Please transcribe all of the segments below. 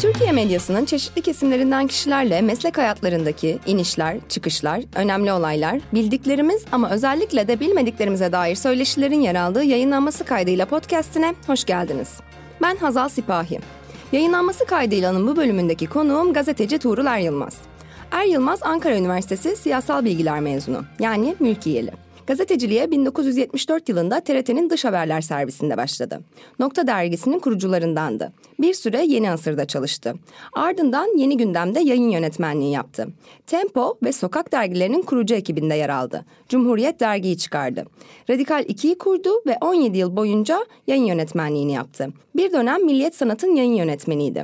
Türkiye medyasının çeşitli kesimlerinden kişilerle meslek hayatlarındaki inişler, çıkışlar, önemli olaylar, bildiklerimiz ama özellikle de bilmediklerimize dair söyleşilerin yer aldığı yayınlanması kaydıyla podcast'ine hoş geldiniz. Ben Hazal Sipahi. Yayınlanması kaydıylanın bu bölümündeki konuğum gazeteci Tuğrul Er Yılmaz. Er Yılmaz Ankara Üniversitesi Siyasal Bilgiler mezunu, yani mülkiyeli. Gazeteciliğe 1974 yılında TRT'nin Dış Haberler servisinde başladı. Nokta dergisinin kurucularındandı. Bir süre Yeni Asır'da çalıştı. Ardından Yeni Gündem'de yayın yönetmenliği yaptı. Tempo ve Sokak dergilerinin kurucu ekibinde yer aldı. Cumhuriyet dergiyi çıkardı. Radikal 2'yi kurdu ve 17 yıl boyunca yayın yönetmenliğini yaptı. Bir dönem Milliyet Sanat'ın yayın yönetmeniydi.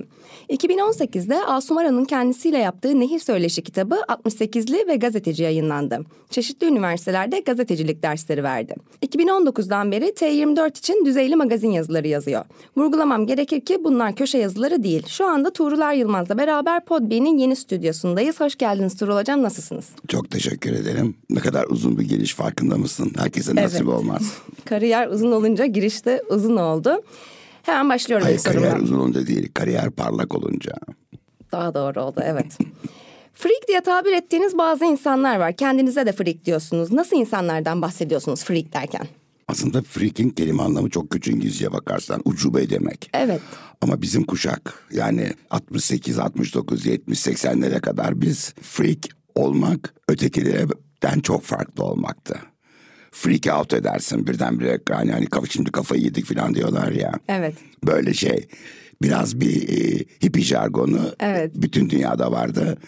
2018'de Asuman Aran'ın kendisiyle yaptığı Nehir Söyleşi kitabı 68'li ve gazeteci yayınlandı. Çeşitli üniversitelerde gazetecilik dersleri verdi. 2019'dan beri T24 için düzeyli magazin yazıları yazıyor. Vurgulamam gerekir ki bunlar köşe yazıları değil. Şu anda Tuğrul Er Yılmaz'la beraber Podbean'in yeni stüdyosundayız. Hoş geldiniz Tuğrul Hocam, nasılsınız? Çok teşekkür ederim. Ne kadar uzun bir giriş, farkında mısın? Herkese nasip olmaz. Kariyer uzun olunca giriş de uzun oldu. Hemen başlıyorum. Hayır, kariyer uzun olunca değil, kariyer parlak olunca. Daha doğru oldu, evet. Freak diye tabir ettiğiniz bazı insanlar var. Kendinize de freak diyorsunuz. Nasıl insanlardan bahsediyorsunuz freak derken? Aslında freak'in kelime anlamı çok kötü, İngilizceye bakarsan ucube demek. Evet. Ama bizim kuşak, yani 68, 69, 70, 80'lere kadar biz freak olmak ötekilerden çok farklı olmaktı. Freak out edersin birdenbire, yani şimdi kafayı yedik falan diyorlar ya. Evet. Böyle şey, biraz bir hippie jargonu, evet, bütün dünyada vardı.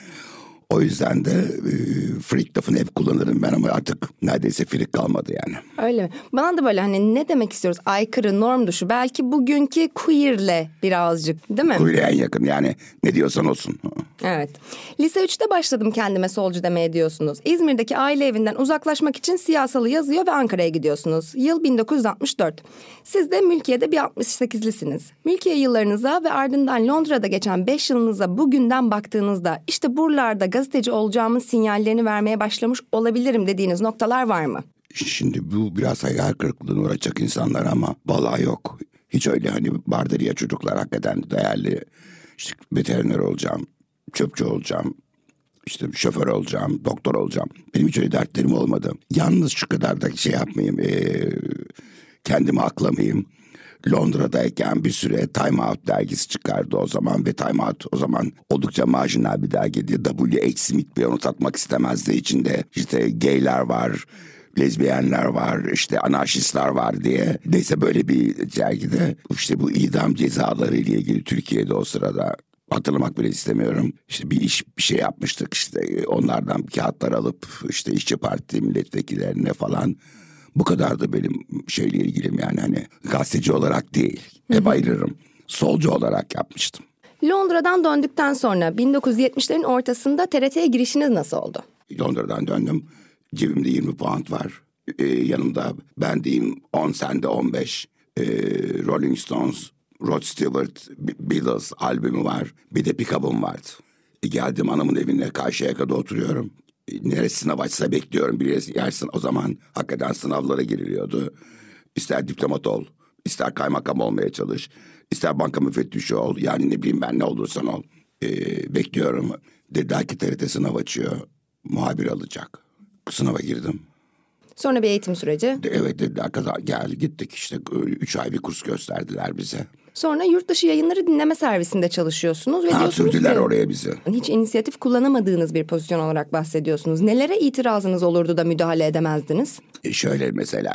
O yüzden de freak lafını hep kullanırım ben, ama artık neredeyse freak kalmadı yani. Öyle mi? Bana da böyle hani ne demek istiyoruz? Aykırı, norm dışı. Belki bugünkü queer'le birazcık, değil mi? Queer'e en yakın, yani ne diyorsan olsun. Evet. Lise 3'te başladım kendime solcu demeye diyorsunuz. İzmir'deki aile evinden uzaklaşmak için siyasalı yazıyor ve Ankara'ya gidiyorsunuz. Yıl 1964. Siz de Mülkiye'de bir 68'lisiniz. Mülkiye yıllarınıza ve ardından Londra'da geçen 5 yılınıza bugünden baktığınızda işte buralarda gazeteci olacağımın sinyallerini vermeye başlamış olabilirim dediğiniz noktalar var mı? Şimdi bu biraz hayal kırıklığına uğrayacak insanlar ama vallahi yok. Hiç öyle, hani vardır ya çocuklar hakikaten değerli. İşte veteriner olacağım, çöpçü olacağım, işte şoför olacağım, doktor olacağım. Benim hiç öyle dertlerim olmadı. Yalnız şu kadar da şey yapmayayım, kendimi aklamayayım. Londra'dayken bir süre Time Out dergisi çıkardı o zaman ve Time Out o zaman oldukça marjinal bir dergiydi. W.H. Smith bir onu satmak istemezdi. İçinde işte gayler var, lezbiyenler var, işte anarşistler var diye. Neyse, böyle bir dergide işte bu idam cezaları ile ilgili Türkiye'de o sırada, hatırlamak bile istemiyorum, İşte bir şey yapmıştık, işte onlardan kağıtlar alıp işte İşçi Parti milletvekillerine falan. Bu kadar da benim şeyle ilgilim, yani hani gazeteci olarak değil. Hep ayırırım. Solcu olarak yapmıştım. Londra'dan döndükten sonra 1970'lerin ortasında TRT'ye girişiniz nasıl oldu? Londra'dan döndüm. Cebimde 20 pound var. Yanımda ben diyeyim 10, sende 15. Rolling Stones, Rod Stewart, Beatles albümü var. Bir de pick-up'ım vardı. Geldim hanımın evine, Karşıyaka'da oturuyorum. Neresi sınav açsa bekliyorum. Bir yersin, o zaman hakikaten sınavlara giriliyordu. İster diplomat ol, ister kaymakam olmaya çalış, ister banka müfettişi ol. Yani ne bileyim ben, ne olursan ol. Bekliyorum. Dediler ki TRT sınav açıyor, muhabir alacak. Sınava girdim. Sonra bir eğitim süreci. Evet dediler, gel gittik işte 3 ay bir kurs gösterdiler bize. Sonra yurt dışı yayınları dinleme servisinde çalışıyorsunuz. Ve sürdüler oraya bizi. Hiç inisiyatif kullanamadığınız bir pozisyon olarak bahsediyorsunuz. Nelere itirazınız olurdu da müdahale edemezdiniz? Şöyle mesela,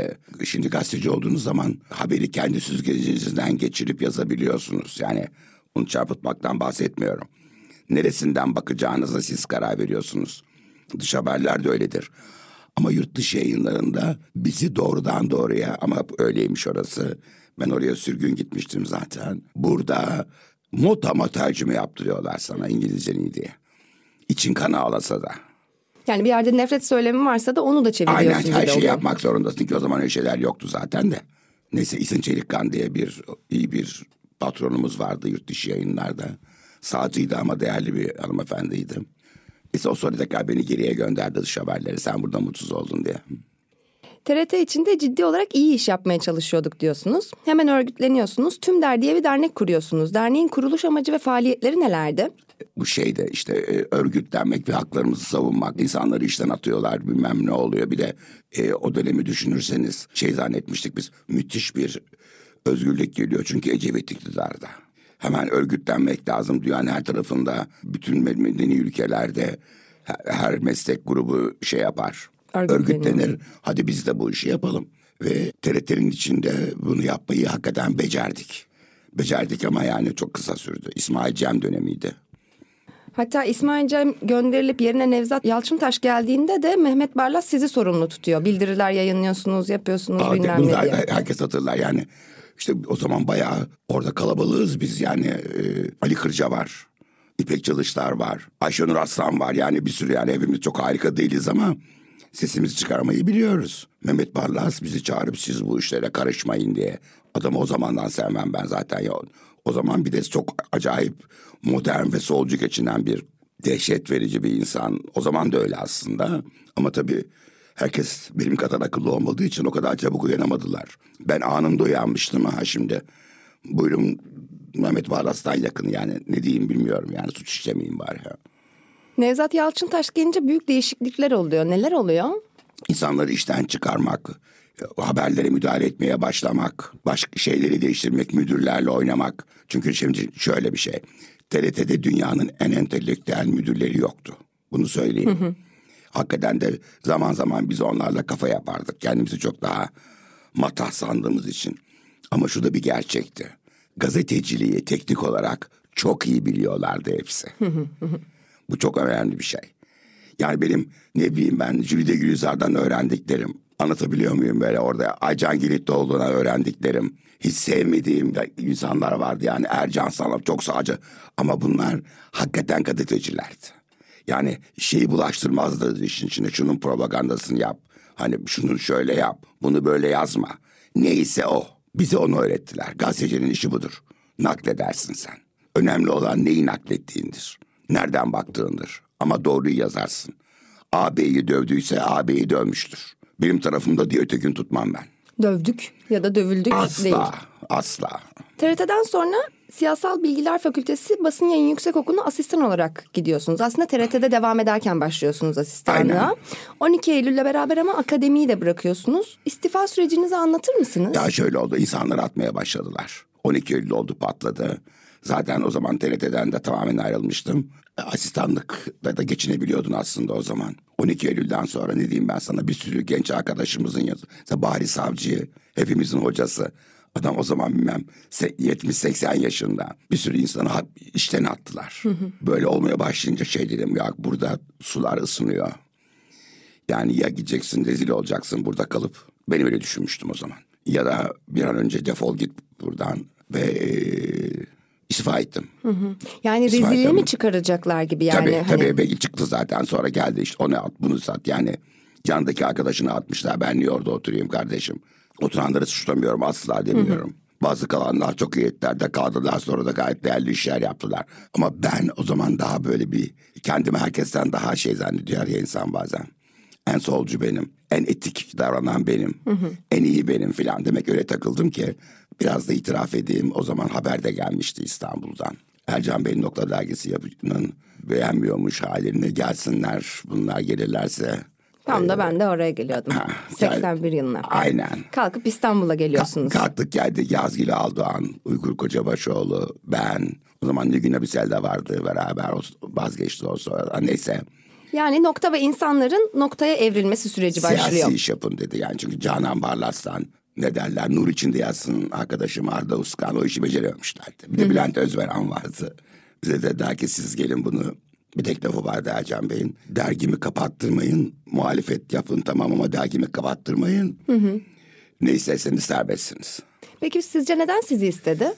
şimdi gazeteci olduğunuz zaman haberi kendi süzgecinizden geçirip yazabiliyorsunuz. Yani onu çarpıtmaktan bahsetmiyorum. Neresinden bakacağınıza siz karar veriyorsunuz. Dış haberler de öyledir. Ama yurt dışı yayınlarında bizi doğrudan doğruya, ama öyleymiş orası. Ben oraya sürgün gitmiştim zaten. Burada motama tercüme yaptırıyorlar sana, İngilizcen iyi diye. İçin kana ağlasa da. Yani bir yerde nefret söylemi varsa da onu da çeviriyorsun. Aynen, her şeyi yapmak zorundasın ki o zaman öyle şeyler yoktu zaten de. Neyse, İsin Çelikkan diye iyi bir patronumuz vardı yurt dışı yayınlarda. Sağcıydı ama değerli bir hanımefendiydi. Neyse, o sonra tekrar beni geriye gönderdi dış haberleri. Sen burada mutsuz oldun diye. TRT içinde ciddi olarak iyi iş yapmaya çalışıyorduk diyorsunuz. Hemen örgütleniyorsunuz. Tüm Der diye bir dernek kuruyorsunuz. Derneğin kuruluş amacı ve faaliyetleri nelerdi? Bu şeyde işte örgütlenmek ve haklarımızı savunmak. İnsanları işten atıyorlar, bilmem ne oluyor. Bir de o dönemi düşünürseniz zannetmiştik biz, müthiş bir özgürlük geliyor. Çünkü Ecevit iktidarda. Hemen örgütlenmek lazım. Dünyanın her tarafında, bütün medeni ülkelerde her meslek grubu yapar. Örgütlenir. Hadi biz de bu işi yapalım. Ve TRT'nin içinde bunu yapmayı hakikaten becerdik. Becerdik ama yani çok kısa sürdü. İsmail Cem dönemiydi. Hatta İsmail Cem gönderilip yerine Nevzat Yalçıntaş geldiğinde de Mehmet Barlas sizi sorumlu tutuyor. Bildiriler yayınlıyorsunuz, yapıyorsunuz, bilmem ne diye. Herkes hatırlar yani. İşte o zaman bayağı orada kalabalığız biz yani. Ali Kırca var, İpek Çalışlar var, Ayşenur Aslan var. Yani bir sürü, yani hepimiz çok harika değiliz ama sesimizi çıkarmayı biliyoruz. Mehmet Barlas bizi çağırıp siz bu işlere karışmayın diye. Adamı o zamandan sevmem ben zaten ya. O zaman bir de çok acayip modern ve solcu geçinen bir, dehşet verici bir insan. O zaman da öyle aslında. Ama tabii herkes benim kadar akıllı olmadığı için o kadar çabuk uyanamadılar. Ben anında uyanmıştım ha şimdi. Buyurun, Mehmet Barlas'tan yakın yani, ne diyeyim bilmiyorum yani, suç işlemeyeyim bari. Nevzat Yalçıntaş gelince büyük değişiklikler oluyor. Neler oluyor? İnsanları işten çıkarmak, haberlere müdahale etmeye başlamak, başka şeyleri değiştirmek, müdürlerle oynamak. Çünkü şimdi şöyle bir şey, TRT'de dünyanın en entelektüel müdürleri yoktu. Bunu söyleyeyim. Hakikaten de zaman zaman biz onlarla kafa yapardık. Kendimizi çok daha matah sandığımız için. Ama şu da bir gerçekti. Gazeteciliği teknik olarak çok iyi biliyorlardı hepsi. Bu çok önemli bir şey. Yani benim ne bileyim ben Jülide Gülizar'dan öğrendiklerim. Anlatabiliyor muyum böyle orada? Aycan Girittoğlu'na öğrendiklerim. Hiç sevmediğim insanlar vardı yani. Ercan Sanat çok sağcı. Ama bunlar hakikaten gazetecilerdi. Yani şeyi bulaştırmazdı işin içine. Şunun propagandasını yap. Hani şunu şöyle yap. Bunu böyle yazma. Neyse o. Bize onu öğrettiler. Gazetecinin işi budur. Nakledersin sen. Önemli olan neyi naklettiğindir. Nereden baktığındır. Ama doğruyu yazarsın. ağabeyi dövdüyse ağabeyi dövmüştür. Benim tarafımda diye ötekini tutmam ben. Dövdük ya da dövüldük değil. Asla. TRT'den sonra Siyasal Bilgiler Fakültesi Basın Yayın Yüksekokulu'na asistan olarak gidiyorsunuz. Aslında TRT'de devam ederken başlıyorsunuz asistanlığa. Aynen. 12 Eylül'le beraber ama akademiyi de bırakıyorsunuz. İstifa sürecinizi anlatır mısınız? Ya şöyle oldu, insanları atmaya başladılar. 12 Eylül oldu, patladı. Zaten o zaman TRT'den de tamamen ayrılmıştım. Asistanlıkla da geçinebiliyordun aslında o zaman. 12 Eylül'den sonra ne diyeyim ben sana, bir sürü genç arkadaşımızın yazı. Bahri Savcı, hepimizin hocası. Adam o zaman bilmem 70-80 yaşında. Bir sürü insanı işten attılar. Böyle olmaya başlayınca dedim ya, burada sular ısınıyor. Yani ya gideceksin, rezil olacaksın burada kalıp. Ben öyle düşünmüştüm o zaman. Ya da bir an önce defol git buradan ve istifa ettim. Yani rezilliği mi çıkaracaklar gibi yani? Tabii belki çıktı zaten, sonra geldi işte onu at bunu sat. Yani yanındaki arkadaşını atmışlar, ben niye orada oturayım kardeşim? Oturanları suçlamıyorum, asla demiyorum. Bazı kalanlar çok iyi etlerde kaldılar, sonra da gayet değerli işler yaptılar. Ama ben o zaman daha böyle bir kendimi herkesten daha zannediyor ya insan bazen. En solcu benim, en etik davranan benim, en iyi benim filan. Demek öyle takıldım ki biraz da itiraf edeyim. O zaman haber de gelmişti İstanbul'dan. Ercan Bey'in Nokta Dergisi yapının beğenmiyormuş halini, gelsinler bunlar gelirlerse. Tam da ben de oraya geliyordum. 81 yılına. Aynen. Kalkıp İstanbul'a geliyorsunuz. Kalktık geldik, Yazgül Aldoğan, Uygur Kocabaşoğlu, ben. O zaman Nilgün Abisel de vardı beraber, vazgeçti o sonra, neyse. Yani Nokta ve insanların Nokta'ya evrilmesi süreci başlıyor. Siyasi iş yapın dedi yani, çünkü Canan Barlas'tan ne derler, nur içinde yazsın arkadaşım Arda Uskan, o işi beceriyormuşlardı. Bir de Bülent Özveren vardı. Bize dediler ki siz gelin bunu, bir tek lafı vardı Ercan Bey'in, dergimi kapattırmayın, muhalefet yapın tamam ama dergimi kapattırmayın. Ne isterseniz serbestsiniz. Peki sizce neden sizi istedi?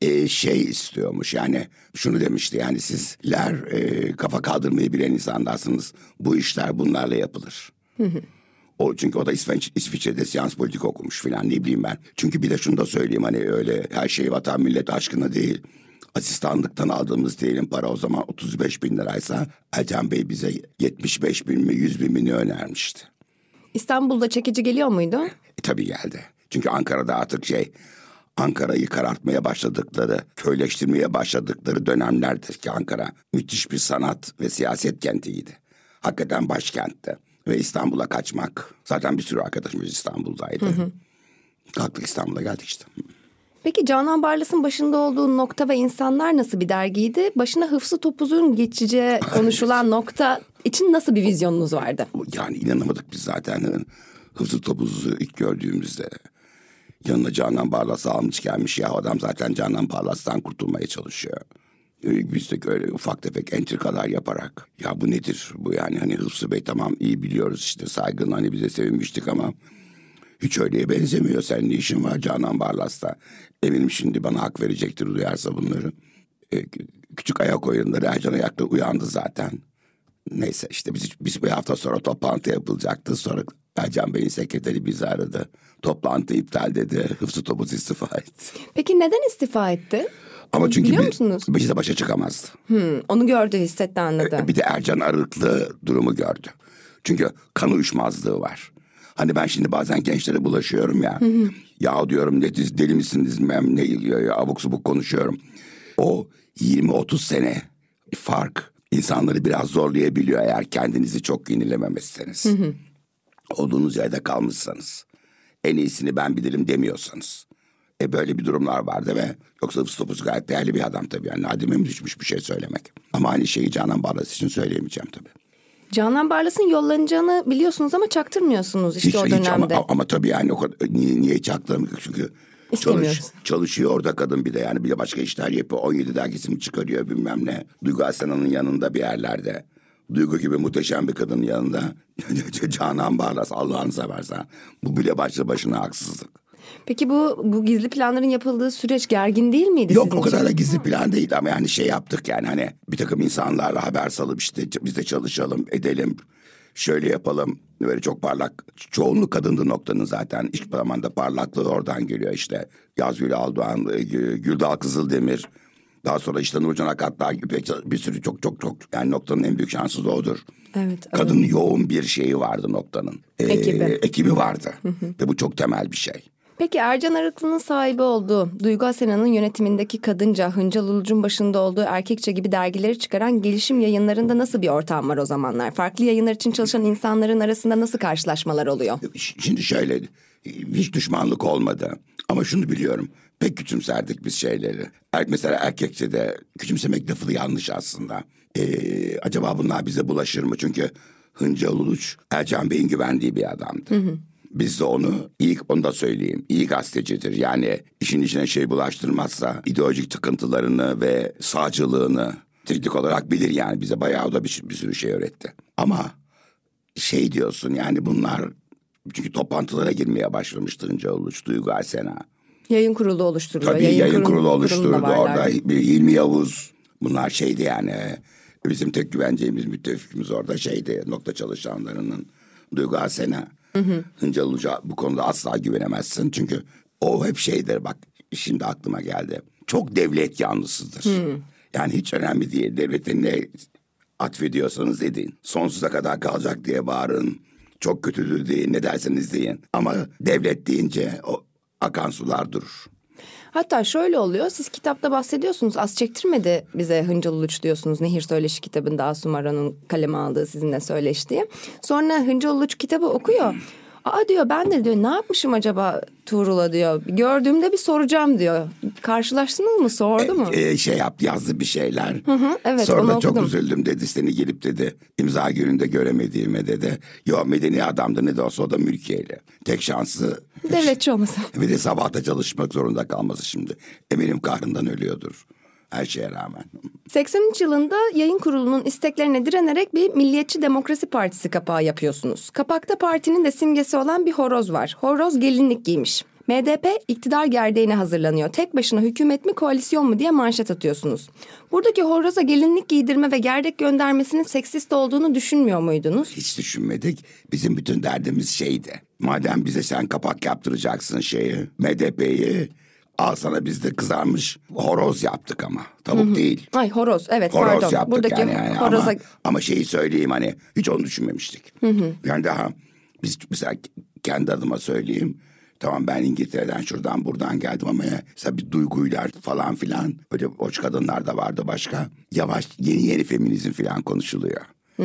İstiyormuş yani, şunu demişti yani, sizler kafa kaldırmayı bilen insanlarsınız, bu işler bunlarla yapılır. Çünkü o da İsviçre'de siyans politik okumuş filan, ne bileyim ben. Çünkü bir de şunu da söyleyeyim, hani öyle her şey vatan millet aşkına değil. Asistanlıktan aldığımız diyelim para o zaman 35 bin liraysa Ercan Bey bize 75 bin mi 100 bin mi ne önermişti. İstanbul'da çekici geliyor muydu? Tabii geldi. Çünkü Ankara'da artık Ankara'yı karartmaya başladıkları, köyleştirmeye başladıkları dönemlerdir ki Ankara müthiş bir sanat ve siyaset kentiydi. Hakikaten başkentti. Ve İstanbul'a kaçmak. Zaten bir sürü arkadaşımız İstanbul'daydı. Kalktık İstanbul'a geldik işte. Peki Canan Barlas'ın başında olduğu Nokta ve İnsanlar nasıl bir dergiydi? Başına Hıfzı Topuz'un geçici konuşulan Nokta için nasıl bir vizyonunuz vardı? Yani inanamadık biz zaten. Hıfzı Topuz'u ilk gördüğümüzde yanına Canan Barlas almış gelmiş. Ya adam zaten Canan Barlas'tan kurtulmaya çalışıyor. Biz de öyle ufak tefek entrikalar yaparak. Ya bu nedir bu yani hani Hıfzı Bey tamam iyi biliyoruz işte saygın hani bize sevinmiştik ama hiç öyleye benzemiyor. Senin ne işin var Canan Barlas'ta? Eminim şimdi bana hak verecektir duyarsa bunları. Küçük ayak oyunları Ercan Ayak'ta uyandı zaten. Neyse işte biz bir hafta sonra toplantı yapılacaktı. Sonra Ercan Bey'in sekreteri bizi aradı. Toplantı iptal dedi. Hıfzı Topuz istifa etti. Peki neden istifa etti? Ama çünkü biliyor musunuz? Bizle başa çıkamazdı. Onu gördü, hissetti, anladı. Bir de Ercan Arıklı durumu gördü. Çünkü kan uyuşmazlığı var. Hani ben şimdi bazen gençlere bulaşıyorum ya. Ya diyorum ne deli misiniz ben ne ya, abuk subuk konuşuyorum. O 20-30 sene fark insanları biraz zorlayabiliyor eğer kendinizi çok yenilememezseniz. Olduğunuz yerde kalmışsanız. En iyisini ben bilirim demiyorsanız. Böyle bir durumlar vardı ve yoksa Hıfzı Topuz gayet değerli bir adam tabii. Yani nadime mi düşmüş bir şey söylemek. Ama aynı şeyi Canan Barlas için söyleyemeyeceğim tabii. Canan Barlas'ın yollanacağını biliyorsunuz ama çaktırmıyorsunuz işte o dönemde. Ama tabii yani o kadar, niye çaktırmıyor? Çünkü çalışıyor orada kadın bir de yani bir de başka işler yapıyor. 17 dergisini çıkarıyor bilmem ne. Duygu Asena'nın yanında bir yerlerde. Duygu gibi muhteşem bir kadının yanında. Canan Barlas Allah'ını seversen. Bu bile başlı başına haksızlık. Peki bu gizli planların yapıldığı süreç gergin değil miydi Yok sizin o kadar için? da gizli plan değil ama yani yaptık yani hani bir takım insanlarla haber salıp işte biz de çalışalım edelim. Şöyle yapalım böyle çok parlak çoğunluk kadındı Nokta'nın zaten ilk zamanda parlaklığı oradan geliyor işte. Yazgül Aldoğan, Güldal Kızıldemir. Daha sonra işte Nurcan Akatlar gibi bir sürü çok yani Nokta'nın en büyük şansı da odur. Evet. Kadının yoğun bir şeyi vardı Nokta'nın. Ekibi vardı ve bu çok temel bir şey. Peki Ercan Arıklı'nın sahibi olduğu, Duygu Asena'nın yönetimindeki kadınca, Hıncal Uluç'un başında olduğu Erkekçe gibi dergileri çıkaran Gelişim Yayınları'nda nasıl bir ortam var o zamanlar? Farklı yayınlar için çalışan insanların arasında nasıl karşılaşmalar oluyor? Şimdi şöyle, hiç düşmanlık olmadı. Ama şunu biliyorum, pek küçümserdik biz şeyleri. Mesela Erkekçe'de küçümsemek lafı yanlış aslında. Acaba bunlar bize bulaşır mı? Çünkü Hıncal Uluç, Ercan Bey'in güvendiği bir adamdı. Biz de onu da söyleyeyim, iyi gazetecidir. Yani işin içine bulaştırmazsa ideolojik tıkıntılarını ve sağcılığını teknik olarak bilir yani. Bize bayağı da bir sürü şey öğretti. Ama diyorsun yani bunlar çünkü toplantılara girmeye başlamıştı Hıncal Uluç, Duygu Asena. Yayın kurulu oluşturuluyor. Tabii yayın kurulu oluşturdu orada. Hilmi Yavuz bunlar yani bizim tek güveneceğimiz müttefikimiz orada Nokta çalışanlarının Duygu Asena. Hıncal Uluç'a bu konuda asla güvenemezsin. Çünkü o hep bak şimdi aklıma geldi. Çok devlet yanlısıdır. Yani hiç önemli değil. Devletin ne atfediyorsanız edin. Sonsuza kadar kalacak diye bağırın. Çok kötüdür deyin, ne derseniz deyin. Ama devlet deyince o akan sular durur. Hatta şöyle oluyor, siz kitapta bahsediyorsunuz, az çektirmedi bize Hıncal Uluç diyorsunuz. Nehir Söyleşi kitabında Asum Aran'ın kaleme aldığı, sizinle söyleştiği. Sonra Hıncal Uluç kitabı okuyor. Aa diyor, ben de diyor ne yapmışım acaba Tuğrul'a diyor. Gördüğümde bir soracağım diyor. Karşılaştınız mı, sordu mu? Yazdı bir şeyler. Evet, sonra da çok üzüldüm dedi, seni gelip dedi imza gününde göremediğime dedi. Yo medeni adamdı, ne de olsa o da mülkiyeli. Tek şansı devletçi olması. Bir de sabahta çalışmak zorunda kalması şimdi. Eminim kahrından ölüyordur. Her şeye rağmen. 83 yılında yayın kurulunun isteklerine direnerek bir Milliyetçi Demokrasi Partisi kapağı yapıyorsunuz. Kapakta partinin de simgesi olan bir horoz var. Horoz gelinlik giymiş. MDP iktidar gerdeğine hazırlanıyor. Tek başına hükümet mi koalisyon mu diye manşet atıyorsunuz. Buradaki horoza gelinlik giydirme ve gerdek göndermesinin seksist olduğunu düşünmüyor muydunuz? Hiç düşünmedik. Bizim bütün derdimiz madem bize sen kapak yaptıracaksın MDP'yi... Al sana biz de kızarmış horoz yaptık ama. Tavuk değil. Ay horoz, evet horoz pardon. Yaptık buradaki yani horoza... ama söyleyeyim hiç onu düşünmemiştik. Yani daha Biz mesela kendi adıma söyleyeyim. Tamam ben İngiltere'den şuradan buradan geldim ama mesela bir duyguyla falan filan. Öyle hoş kadınlar da vardı başka. Yavaş yeni feminizm falan konuşuluyor.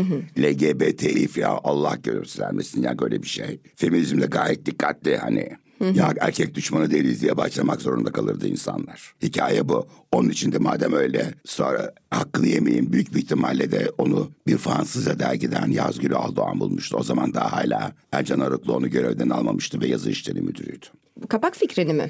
LGBTİ falan Allah göstermesin ya böyle bir şey. Feminizm de gayet dikkatli hani. Ya erkek düşmanı değiliz diye başlamak zorunda kalırdı insanlar. Hikaye bu. Onun için de madem öyle sonra hakkını yemeyin büyük bir ihtimalle de onu bir Fransızca dergiden Yazgül Aldoğan bulmuştu. O zaman daha hala Ercan Arıklı onu görevden almamıştı ve yazı işleri müdürüydü. Kapak fikrini mi?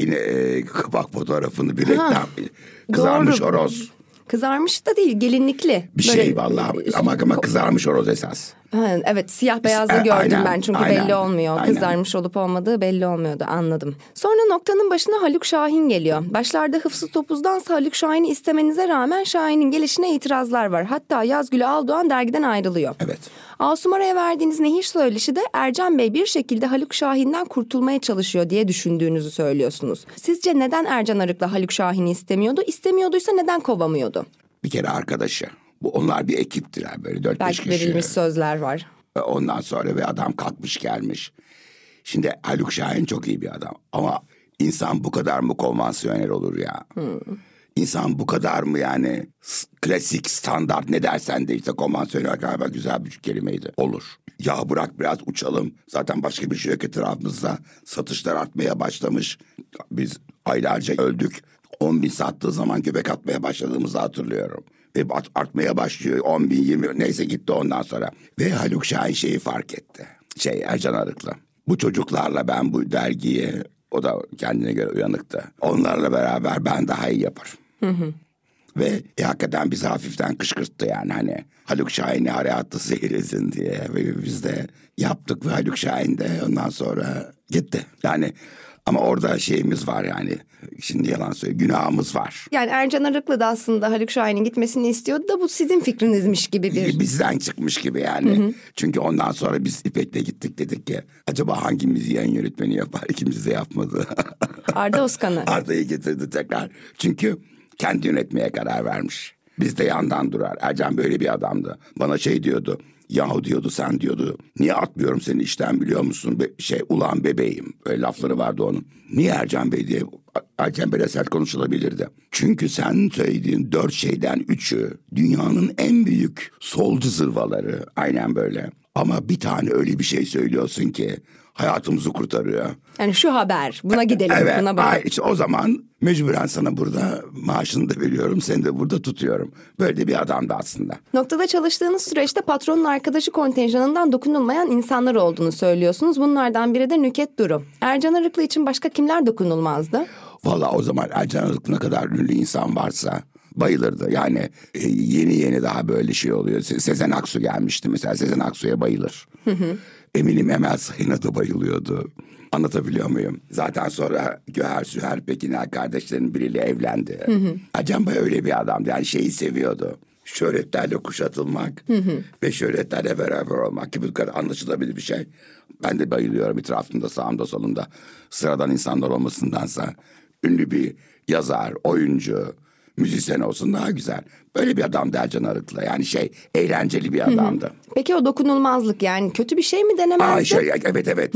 Kapak fotoğrafını bir reklam. Kızarmış Doğru. horoz. Kızarmış da değil, gelinlikli. Bir Böyle, şey vallahi ama kızarmış horoz esas. Ha, evet, siyah beyazlı gördüm Aynen, ben çünkü aynen, belli olmuyor. aynen. Kızarmış olup olmadığı belli olmuyordu, anladım. Sonra noktanın başına Haluk Şahin geliyor. Başlarda Hıfzı Topuz'dansa Haluk Şahin'i istemenize rağmen Şahin'in gelişine itirazlar var. Hatta Yazgül Aldoğan dergiden ayrılıyor. Evet. Asumara'ya verdiğiniz nehir söyleşi de Ercan Bey bir şekilde Haluk Şahin'den kurtulmaya çalışıyor diye düşündüğünüzü söylüyorsunuz. Sizce neden Ercan Arık'la Haluk Şahin'i istemiyordu? İstemiyorduysa neden kovamıyordu? Bir kere arkadaşı. Onlar bir ekiptiler böyle 4-5 Belki kişi. verilmiş sözler var. Ondan sonra ve adam kalkmış gelmiş. Şimdi Haluk Şahin çok iyi bir adam. Ama insan bu kadar mı konvansiyonel olur ya? İnsan bu kadar mı yani klasik, standart ne dersen de işte konvansiyonel galiba güzel bir kelimeydi. Olur. Ya bırak biraz uçalım. Zaten başka bir şey yok etrafımızda. Satışlar artmaya başlamış. Biz aylarca öldük. 10.000 sattığı zaman göbek atmaya başladığımızı hatırlıyorum. Ve artmaya başlıyor 10.000, 20 neyse gitti ondan sonra. Ve Haluk Şahin şeyi fark etti. Ercan Arıklı. Bu çocuklarla ben bu dergiyi, o da kendine göre uyanıktı. Onlarla beraber ben daha iyi yaparım. Ve hakikaten bizi hafiften kışkırttı yani hani Haluk Şahin'i araya attı seyredin diye. Ve biz de yaptık ve Haluk Şahin de ondan sonra gitti. Yani ama orada şeyimiz var yani. Şimdi yalan söyleyeyim. Günahımız var. Yani Ercan Arıklı da aslında Haluk Şahin'in gitmesini istiyordu da bu sizin fikrinizmiş gibi bir... Bizden çıkmış gibi yani. Çünkü ondan sonra biz İpek'le gittik dedik ki acaba hangimiz yayın yönetmeni yapar? İkimiz de yapmadı. Arda Özkan'ı. Arda'yı getirdi tekrar. Çünkü kendi yönetmeye karar vermiş. Biz de yandan durar. Ercan böyle bir adamdı. Bana şey diyordu. Yahu diyordu sen diyordu. Niye atmıyorum seni işten biliyor musun? Ulan bebeğim. Böyle lafları vardı onun. Niye Ercan Bey diye. Ercan Bey'le sert konuşulabilirdi. Çünkü sen söylediğin 4 şeyden 3'ü dünyanın en büyük solcu zırvaları. Aynen böyle. Ama bir tane öyle bir şey söylüyorsun ki hayatımızı kurtarıyor. Yani şu haber, buna gidelim, Evet, buna bakalım. işte o zaman mecburen sana burada maaşını da veriyorum, seni de burada tutuyorum. Böyle bir adamdı aslında. Noktada çalıştığınız süreçte patronun arkadaşı kontenjanından dokunulmayan insanlar olduğunu söylüyorsunuz. Bunlardan biri de Nüket Duru. Ercan Arıklı için başka kimler dokunulmazdı? Vallahi o zaman Ercan Arıklı ne kadar ünlü insan varsa bayılırdı. Yani yeni daha böyle şey oluyor. Sezen Aksu gelmişti mesela. Sezen Aksu'ya bayılır. Eminim Emel Sayın'a da bayılıyordu. Anlatabiliyor muyum? Zaten sonra Güher Süher Pekiner kardeşlerinin biriyle evlendi. Ercan Bey öyle bir adamdı. Yani şeyi seviyordu. Şöhretlerle kuşatılmak ve şöhretlerle beraber olmak gibi bu kadar anlaşılabilir bir şey. Ben de bayılıyorum etrafımda, sağımda, solumda sıradan insanlar olmasındansa ünlü bir yazar, oyuncu, müzisyen olsun daha güzel. Böyle bir adamdı Ercan Arıklı. Yani eğlenceli bir adamdı. Peki o dokunulmazlık yani kötü bir şey mi denemezdi? Evet.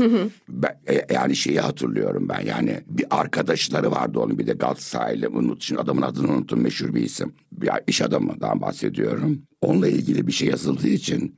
Yani şeyi hatırlıyorum ben. Yani bir arkadaşları vardı onun bir de Galatasaraylı. Şimdi adamın adını unuttum, meşhur bir isim. Bir iş adamından bahsediyorum. Onunla ilgili bir şey yazıldığı için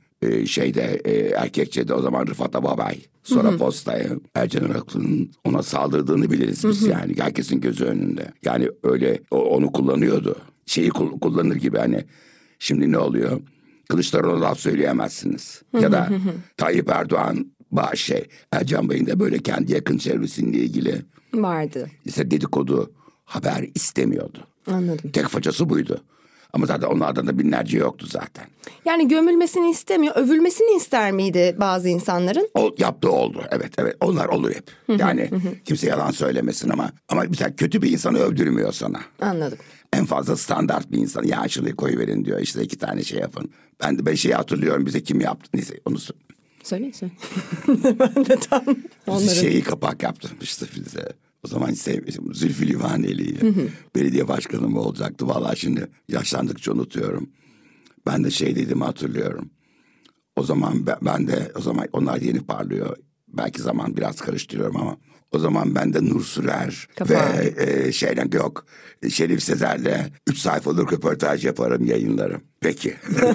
Erkekçe'de o zaman Rıfat Ababay. Sonra Posta'ya Ercan Arıklı'nın ona saldırdığını biliriz biz yani. Herkesin gözü önünde. Yani öyle onu kullanıyordu. Kullanır gibi hani. Şimdi ne oluyor? Kılıçdaroğlu'na laf söyleyemezsiniz. Ya da Tayyip Erdoğan Ercan Bey'in de böyle kendi yakın çevresiyle ilgili vardı. İşte dedikodu haber istemiyordu. Anladım. Tek façası buydu. Ama zaten onlardan da binlerce yoktu zaten. Yani gömülmesini istemiyor, övülmesini ister miydi bazı insanların? Yaptığı oldu. Evet. Onlar olur hep. Yani kimse yalan söylemesin ama mesela kötü bir insanı övdürmüyor sana. Anladım. En fazla standart bir insan. Ya şurayı koyuverin diyor. İşte 2 tane şey yapın. Ben şeyi hatırlıyorum. Bize kim yaptı? Neyse onu Söyle. Ben de tam onların. Kapak yaptırmıştı bize. O zaman hiç sevmedim. Zülfü Livaneli'yi. Belediye başkanı mı olacaktı? Vallahi şimdi yaşlandıkça unutuyorum. Ben de dediğimi hatırlıyorum. O zaman ben de o zaman onlar yeni parlıyor. Belki zaman biraz karıştırıyorum ama o zaman ben de Nur Sürer ve Şerif Sezer'le 3 sayfalık röportaj yaparım, yayınlarım. Peki.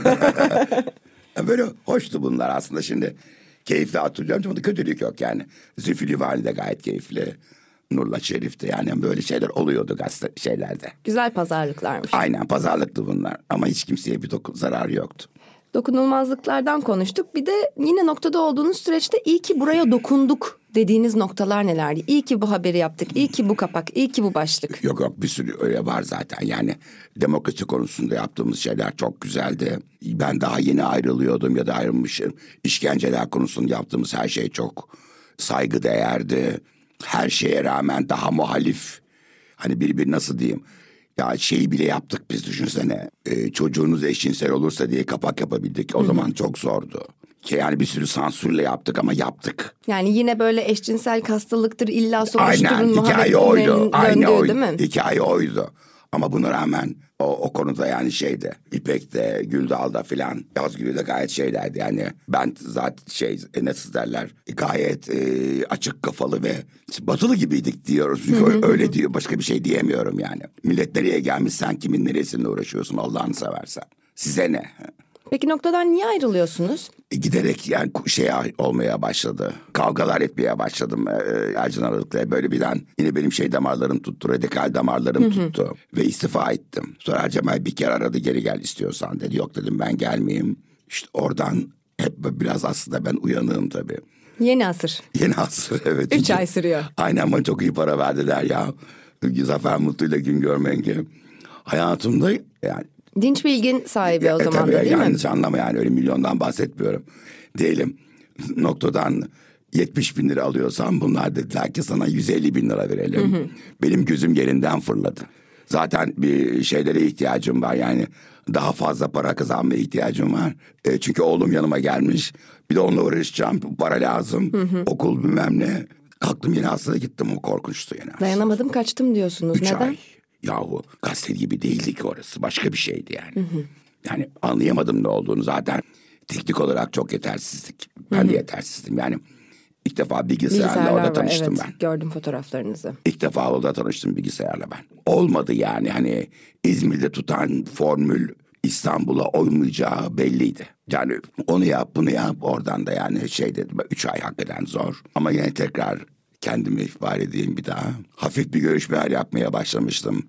Böyle hoştu bunlar aslında, şimdi keyifli hatırlıyorum. Ama da kötülük yok yani. Zülfü Livaneli de gayet keyifli. Nurla Şerif'ti yani, böyle şeyler oluyordu gazete şeylerde. Güzel pazarlıklarmış. Aynen, pazarlıktı bunlar ama hiç kimseye bir zararı yoktu. Dokunulmazlıklardan konuştuk. Bir de yine noktada olduğunuz süreçte iyi ki buraya dokunduk dediğiniz noktalar nelerdi? İyi ki bu haberi yaptık, iyi ki bu kapak, iyi ki bu başlık. Yok bir sürü öyle var zaten. Yani demokrasi konusunda yaptığımız şeyler çok güzeldi. Ben daha yeni ayrılıyordum ya da ayrılmışım. İşkenceler konusunda yaptığımız her şey çok saygıdeğerdi. Her şeye rağmen daha muhalif. Hani bir nasıl diyeyim? Ya şeyi bile yaptık biz, düşünsene. Çocuğunuz eşcinsel olursa diye kapak yapabildik. O zaman çok zordu. Yani bir sürü sansürle yaptık ama yaptık. Yani yine böyle eşcinsel hastalıktır, illa soruşturun Aynen, hikaye oydu. Değil mi? Hikaye oydu. Ama buna rağmen o konuda yani şeyde, İpek'te, Güldal'da filan, Yazgül'de de gayet şeylerdi. Yani ben zaten nasıl derler, gayet açık kafalı ve batılı gibiydik diyoruz. Çünkü öyle diyor, başka bir şey diyemiyorum yani. Millet nereye gelmiş, sen kimin neresiyle uğraşıyorsun Allah'ını seversen. Size ne? Peki noktadan niye ayrılıyorsunuz? Giderek yani olmaya başladı. Kavgalar etmeye başladım Ercan Aralık'la. Böyle birden yine benim damarlarım tuttu. Radikal damarlarım tuttu. Ve istifa ettim. Sonra Ercan bir kere aradı, geri gel istiyorsan dedi. Yok dedim, ben gelmeyeyim. İşte oradan hep biraz aslında ben uyanığım tabii. Yeni asır. Yeni asır, evet. 3 ay sürüyor. Aynen, ama çok iyi para verdiler ya. Zafer Mutlu'yla Güngör Mengi. Hayatımda yani. Dinç bilgin sahibi o zaman da, değil mi? Yanlış anlama, yani öyle milyondan bahsetmiyorum. Diyelim noktadan 70 bin lira alıyorsam bunlar dediler ki sana 150 bin lira verelim. Benim gözüm yerinden fırladı. Zaten bir şeylere ihtiyacım var, yani daha fazla para kazanmaya ihtiyacım var. Çünkü oğlum yanıma gelmiş, bir de onunla uğraşacağım, para lazım. Okul bilmem ne. Kalktım yine hastaya gittim, o korkunçtu yine. Dayanamadım kaçtım diyorsunuz. 3 Neden? ay. Yahu gazete gibi değildi ki orası. Başka bir şeydi yani. Yani anlayamadım ne olduğunu. Zaten teknik olarak çok yetersizlik. Ben de yetersizdim yani. İlk defa bilgisayarla orada tanıştım ben. Gördüm fotoğraflarınızı. İlk defa orada tanıştım bilgisayarla ben. Olmadı yani, hani İzmir'de tutan formül İstanbul'a uymayacağı belliydi. Yani onu yap bunu yap, oradan da yani dedim. 3 ay hakikaten zor. Ama yine tekrar kendimi ifade edeyim bir daha. Hafif bir görüşmeler yapmaya başlamıştım.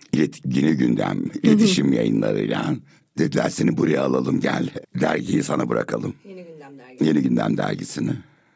Yeni Gündem, iletişim yayınlarıyla. Dediler seni buraya alalım, gel. Dergiyi sana bırakalım. Yeni Gündem dergisi. Yeni Gündem dergisini.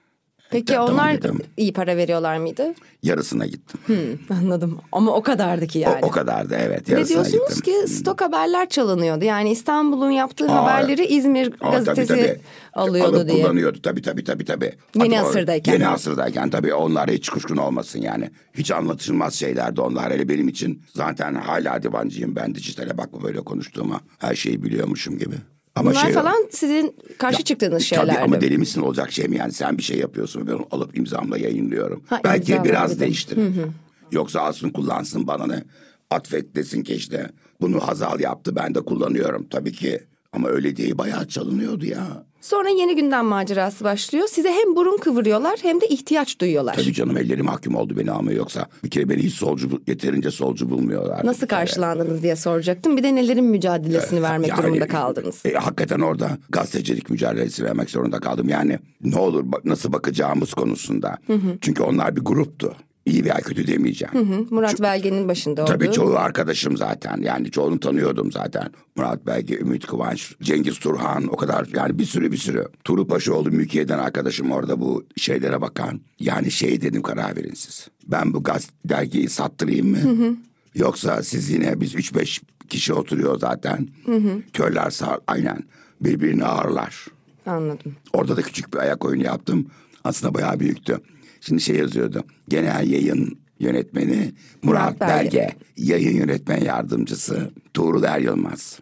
Peki onlar iyi para veriyorlar mıydı? Yarısına gittim. Anladım. Ama o kadardı ki yani. O kadardı, evet. Ve diyorsunuz ki stok haberler çalınıyordu. Yani İstanbul'un yaptığı haberleri İzmir gazetesi tabii. alıyordu Alıp diye. kullanıyordu tabii. Yeni asırdayken. Yeni asırdayken tabii, onlar hiç kuşkun olmasın yani. Hiç anlatılmaz şeylerdi onlar. Hele benim için zaten hala divancıyım ben, dijitale bakma böyle konuştuğuma. Her şeyi biliyormuşum gibi. Ama bunlar falan sizin karşı çıktığınız şeylerdi. Tabii, ama deli misin, olacak şey mi yani? Sen bir şey yapıyorsun, ben onu alıp imzamla yayınlıyorum. Belki imzalar biraz değiştirir. Yoksa alsın kullansın, bana ne? Atfet desin ki işte bunu Hazal yaptı, ben de kullanıyorum. Tabii ki, ama öyle değil, bayağı çalınıyordu ya. Sonra Yeni Gündem macerası başlıyor. Size hem burun kıvırıyorlar hem de ihtiyaç duyuyorlar. Tabii canım, elleri mahkum oldu beni almaya, yoksa bir kere beni hiç yeterince solcu bulmuyorlar. Nasıl karşılandınız diye soracaktım. Bir de nelerin mücadelesini vermek durumunda kaldınız. Hakikaten orada gazetecilik mücadelesi vermek zorunda kaldım. Yani ne olur nasıl bakacağımız konusunda. Çünkü onlar bir gruptu. İyi veya kötü demeyeceğim. Murat Belge'nin başında oldu. Tabii çoğu arkadaşım zaten. Yani çoğunu tanıyordum zaten. Murat Belge, Ümit Kıvanç, Cengiz Turhan, o kadar yani bir sürü. Tuğrul Paşaoğlu, Mülkiye'den arkadaşım orada bu şeylere bakan. Yani dedim, karar verin siz. Ben bu dergiyi sattırayım mı? Yoksa siz yine, biz 3-5 kişi oturuyor zaten. Körler aynen birbirini ağırlar. Anladım. Orada da küçük bir ayak oyunu yaptım. Aslında bayağı büyüktü. Şimdi yazıyordu. Genel yayın yönetmeni Murat Belge. Yayın yönetmen yardımcısı Tuğrul Eryılmaz.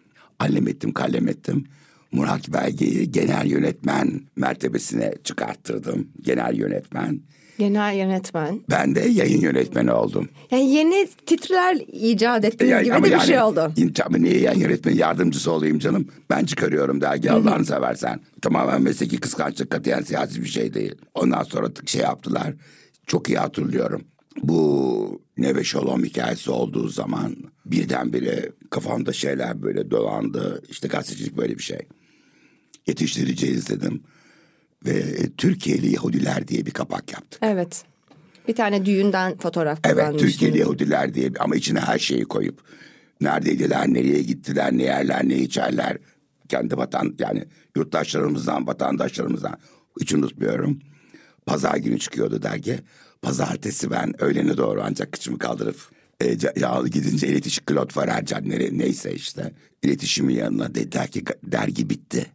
Kalem ettim. Murat Belge'yi genel yönetmen mertebesine çıkarttırdım. Genel yönetmen. Genel yönetmen. Ben de yayın yönetmeni oldum. Yani yeni titreler icat ettiğiniz gibi de bir şey oldu. Tabii niye yayın yönetmeni yardımcısı olayım canım? Ben çıkarıyorum dergi, Allah'ını seversen. Tamamen mesleki kıskançlık, katiyen siyasi bir şey değil. Ondan sonra şey yaptılar. Çok iyi hatırlıyorum. Bu Neve Şolom hikayesi olduğu zaman birdenbire kafamda şeyler böyle dolandı. İşte gazetecilik böyle bir şey. Yetiştireceğiz dedim. Ve Türkiye'li Yahudiler diye bir kapak yaptık. Evet. Bir tane düğünden fotoğraf kullanmıştım. kullanmıştım. Evet, Türkiye'li Yahudiler diye, ama içine her şeyi koyup neredeydiler, nereye gittiler, ne yerler, ne içerler. Kendi yani yurttaşlarımızdan, vatandaşlarımızdan hiç unutmuyorum. Pazar günü çıkıyordu dergi. Pazartesi ben öğlene doğru ancak kıçımı kaldırıp gidince iletişim Claude Farercan neyse işte iletişimin yanına dediler ki dergi bitti.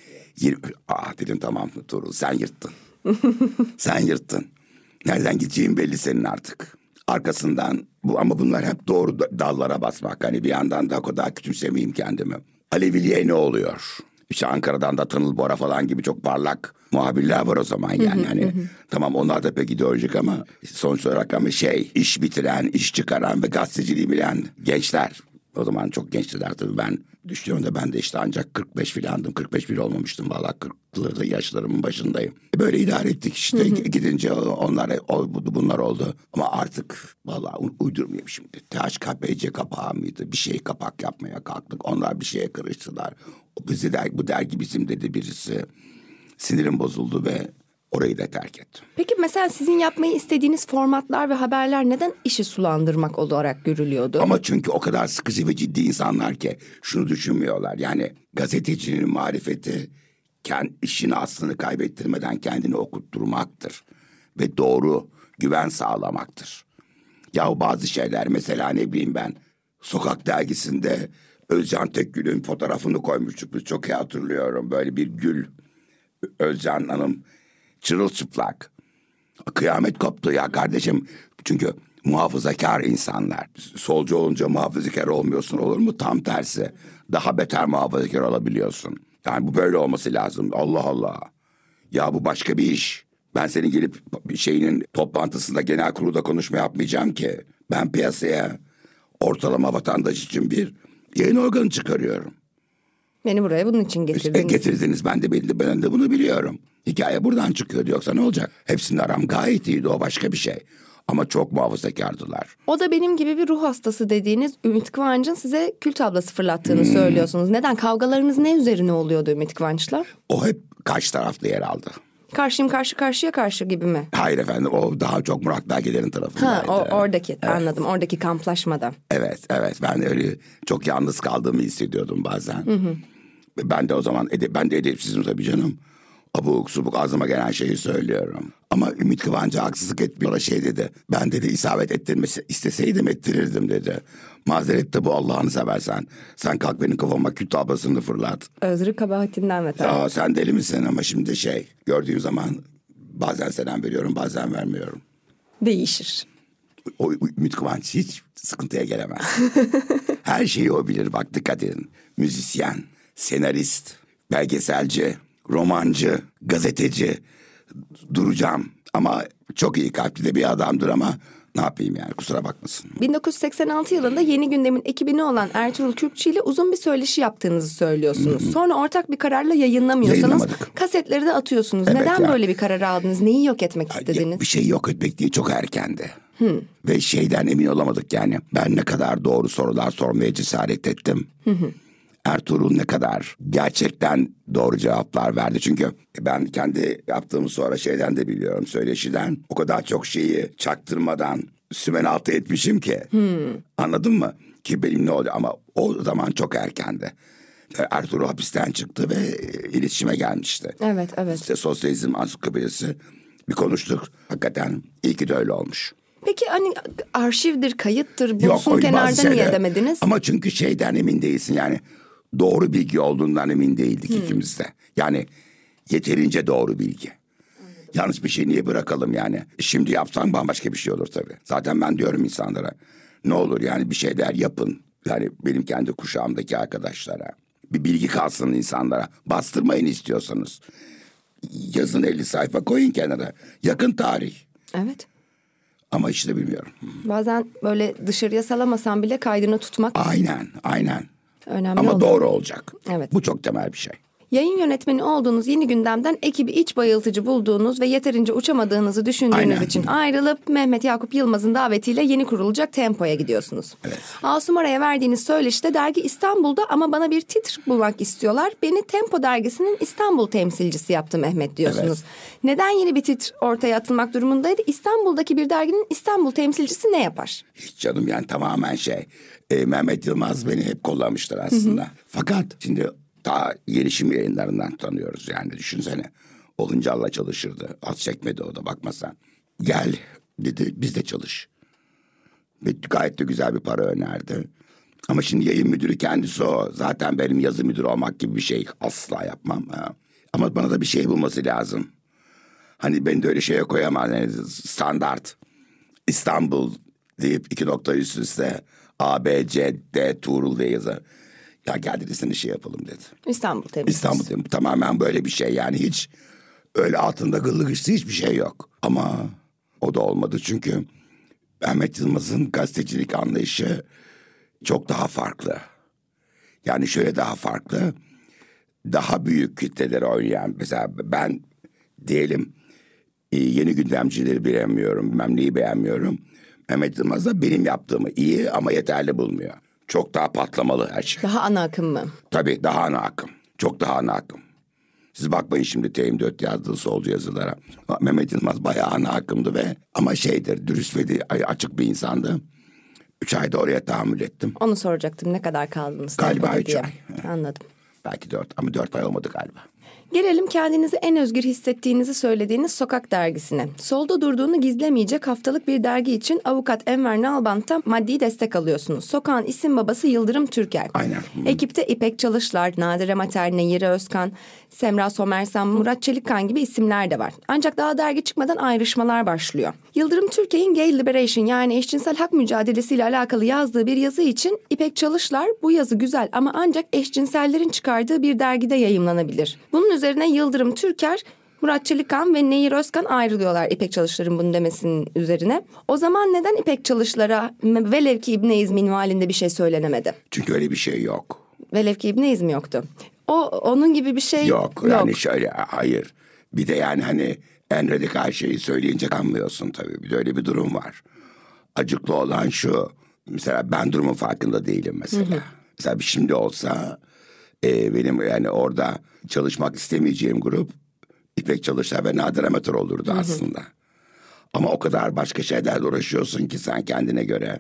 Dedim tamam Tuğrul, sen yırttın. Sen yırttın. Nereden gideceğin belli senin artık. Arkasından ama bunlar hep doğru dallara basmak. Hani bir yandan da o kadar küçümsemeyeyim kendimi. Aleviliğe ne oluyor? İşte Ankara'dan da Tanıl Bora falan gibi çok parlak muhabirler var o zaman yani. Hani tamam, onlar da pek ideolojik ama sonuç olarak ama iş bitiren, iş çıkaran ve gazeteciliği bilen gençler. O zaman çok gençtiler tabii, ben düşünüyorum da ben de işte ancak 45 filandım. 45 bile olmamıştım vallahi, 40'lı yaşlarımın başındayım. Böyle idare ettik işte. Gidince bunlar oldu. Ama artık vallahi uydurmayayım şimdi. THKPC kapağı mıydı? Bir şey kapak yapmaya kalktık. Onlar bir şeye karıştılar. Bu dergi bizim dedi birisi. Sinirim bozuldu ve orayı da terk ettim. Peki mesela sizin yapmayı istediğiniz formatlar ve haberler neden işi sulandırmak olarak görülüyordu? Ama çünkü o kadar sıkıcı ve ciddi insanlar ki şunu düşünmüyorlar. Yani gazetecinin marifeti işin aslını kaybettirmeden kendini okutturmaktır. Ve doğru güven sağlamaktır. Ya bazı şeyler, mesela ne bileyim ben, Sokak dergisinde Özcan Tekgül'ün fotoğrafını koymuştuk. Biz çok iyi hatırlıyorum. Böyle bir gül. Özcan Hanım çırılçıplak. Kıyamet koptu ya kardeşim. Çünkü muhafazakar insanlar. Solcu olunca muhafazakar olmuyorsun, olur mu? Tam tersi. Daha beter muhafazakar olabiliyorsun. Yani bu böyle olması lazım. Allah Allah. Ya bu başka bir iş. Ben senin gelip toplantısında, genel kurulda konuşma yapmayacağım ki. Ben piyasaya ortalama vatandaş için bir yayın organı çıkarıyorum. Beni buraya bunun için getirdiniz. Getirdiniz. Ben de bunu biliyorum. Hikaye buradan çıkıyordu, yoksa ne olacak? Hepsinin aram gayet iyiydi, o başka bir şey. Ama çok muhafazakardılar. O da benim gibi bir ruh hastası dediğiniz Ümit Kıvanç'ın size kül tablası fırlattığını söylüyorsunuz. Neden? Kavgalarınız ne üzerine oluyordu Ümit Kıvanç'la? O hep karşı tarafta yer aldı. Karşıyım karşı gibi mi? Hayır efendim, o daha çok Murat Belgeler'in tarafındaydı. Oradaki, evet. Anladım, oradaki kamplaşmada. Evet, ben öyle çok yalnız kaldığımı hissediyordum bazen. Ben de o zaman ben de edepsizim tabii canım. Abuk subuk ağzıma gelen şeyi söylüyorum. Ama Ümit Kıvanç'a haksızlık etmiyor. Dedi. Ben dedi isabet ettirmesi isteseydim ettirirdim dedi. Mazeret de bu, Allah'ını seversen. Sen kalk benim kafama kül tablasını fırlat. Özrü kabahatinden ve tabii. Sen deli misin? Ama şimdi gördüğüm zaman bazen selam veriyorum, bazen vermiyorum. Değişir. O Ümit Kıvanç hiç sıkıntıya gelemez. Her şeyi o bilir, bak dikkat edin. Müzisyen, senarist, belgeselci, romancı, gazeteci, duracağım. Ama çok iyi kalpli de bir adamdır, ama ne yapayım yani, kusura bakmasın. 1986 yılında Yeni Gündem'in ekibini olan Ertuğrul Kürkçü ile uzun bir söyleşi yaptığınızı söylüyorsunuz. Sonra ortak bir kararla yayınlamıyorsanız kasetleri de atıyorsunuz. Evet, neden böyle bir karar aldınız? Neyi yok etmek istediniz? Bir şey yok etmek diye çok erkendi. Ve şeyden emin olamadık yani. Ben ne kadar doğru sorular sormaya cesaret ettim. Ertuğrul ne kadar gerçekten doğru cevaplar verdi. Çünkü ben kendi yaptığımı sonra şeyden de biliyorum, söyleşiden. O kadar çok şeyi çaktırmadan sümen altı etmişim ki. Anladın mı? Ki benim ne oldu, ama o zaman çok erkendi. Ertuğrul hapisten çıktı ve iletişime gelmişti. Evet. İşte Sosyalizm Ansiklopedisi bir konuştuk. Hakikaten iyi ki de öyle olmuş. Peki hani arşivdir, kayıttır, bulsun kenarda niye demediniz? Ama çünkü şeyden emin değilsin yani. Doğru bilgi olduğundan emin değildik ikimiz de. Yani yeterince doğru bilgi. Yanlış bir şey niye bırakalım yani? Şimdi yapsan bambaşka bir şey olur tabii. Zaten ben diyorum insanlara, ne olur yani bir şeyler yapın. Yani benim kendi kuşağımdaki arkadaşlara. Bir bilgi kalsın insanlara. Bastırmayın istiyorsanız. Yazın 50 sayfa koyun kenara. Yakın tarih. Evet. Ama işte bilmiyorum. Bazen böyle dışarıya salamasan bile kaydını tutmak Aynen. önemli Ama oluyor. doğru olacak. Evet. Bu çok temel bir şey. Yayın yönetmeni olduğunuz Yeni Gündem'den ekibi iç bayıltıcı bulduğunuz ve yeterince uçamadığınızı düşündüğünüz Aynen. için ayrılıp Mehmet Yakup Yılmaz'ın davetiyle yeni kurulacak Tempo'ya gidiyorsunuz. Evet. Asum Ara'ya verdiğiniz söyleşide dergi İstanbul'da ama bana bir titr bulmak istiyorlar. Beni Tempo dergisinin İstanbul temsilcisi yaptı Mehmet diyorsunuz. Evet. Neden yeni bir titr ortaya atılmak durumundaydı? İstanbul'daki bir derginin İstanbul temsilcisi ne yapar? Hiç canım yani tamamen Mehmet Yılmaz beni hep kollamıştır aslında. Fakat şimdi daha gelişim yayınlarından tanıyoruz yani düşünsene. Oluncalı'la çalışırdı. Az çekmedi o da bakmasan. Gel dedi bizde çalış. Ve gayet de güzel bir para önerdi. Ama şimdi yayın müdürü kendisi o. Zaten benim yazı müdürü olmak gibi bir şey asla yapmam. Ha. Ama bana da bir şey bulması lazım. Hani beni de öyle şeye koyamaz. Yani standart İstanbul deyip 2 nokta üst üste A, B, C, D, Tuğrul diye yazar. Ya gel dedi seni şey yapalım dedi. İstanbul temsilcisi. İstanbul tamamen böyle bir şey yani hiç öyle altında gıllı gışlı hiçbir şey yok. Ama o da olmadı çünkü Mehmet Yılmaz'ın gazetecilik anlayışı çok daha farklı. Yani şöyle daha farklı. Daha büyük kitleleri oynayan mesela ben diyelim yeni gündemcileri beğenmiyorum, bilmem neyi beğenmiyorum. Mehmet Yılmaz da benim yaptığımı iyi ama yeterli bulmuyor. Çok daha patlamalı her şey. Daha ana akım mı? Tabii daha ana akım. Çok daha ana akım. Siz bakmayın şimdi T24 yazdığı solcu yazılara. Mehmet Yılmaz bayağı ana akımdı ama dürüst ve açık bir insandı. 3 ayda oraya tahammül ettim. Onu soracaktım. Ne kadar kaldınız? Galiba 3 ay. Anladım. Belki 4 ama 4 ay olmadı galiba. Gelelim kendinizi en özgür hissettiğinizi söylediğiniz Sokak dergisine. Solda durduğunu gizlemeyecek haftalık bir dergi için avukat Enver Nalbant'tan maddi destek alıyorsunuz. Sokağın isim babası Yıldırım Türker. Aynen. Ekipte İpek Çalışlar, Nadire Mater, Nehire Özkan, Semra Somersan, Murat Çelikkan gibi isimler de var. Ancak daha dergi çıkmadan ayrışmalar başlıyor. Yıldırım Türker'in Gay Liberation yani eşcinsel hak mücadelesiyle alakalı yazdığı bir yazı için İpek Çalışlar bu yazı güzel ama ancak eşcinsellerin çıkardığı bir dergide yayımlanabilir. Bunun üzerine Yıldırım Türker, Murat Çelikkan ve Nehir Özkan ayrılıyorlar İpek Çalışlar'ın bunu demesinin üzerine. O zaman neden İpek Çalışlar'a velev ki İbn-i İz minvalinde bir şey söylenemedi? Çünkü öyle bir şey yok. Velev ki İbn-i İz mi yoktu? Onun gibi bir şey yok. Yani şöyle hayır. Bir de yani hani en radikal şeyi söyleyince kanmıyorsun tabii. Bir de öyle bir durum var. Acıklı olan şu. Mesela ben durumun farkında değilim mesela. Hı hı. Mesela şimdi olsa benim yani orada çalışmak istemeyeceğim grup İpek Çalışlar ve Nadire Mater olurdu aslında. Ama o kadar başka şeylerle uğraşıyorsun ki sen kendine göre.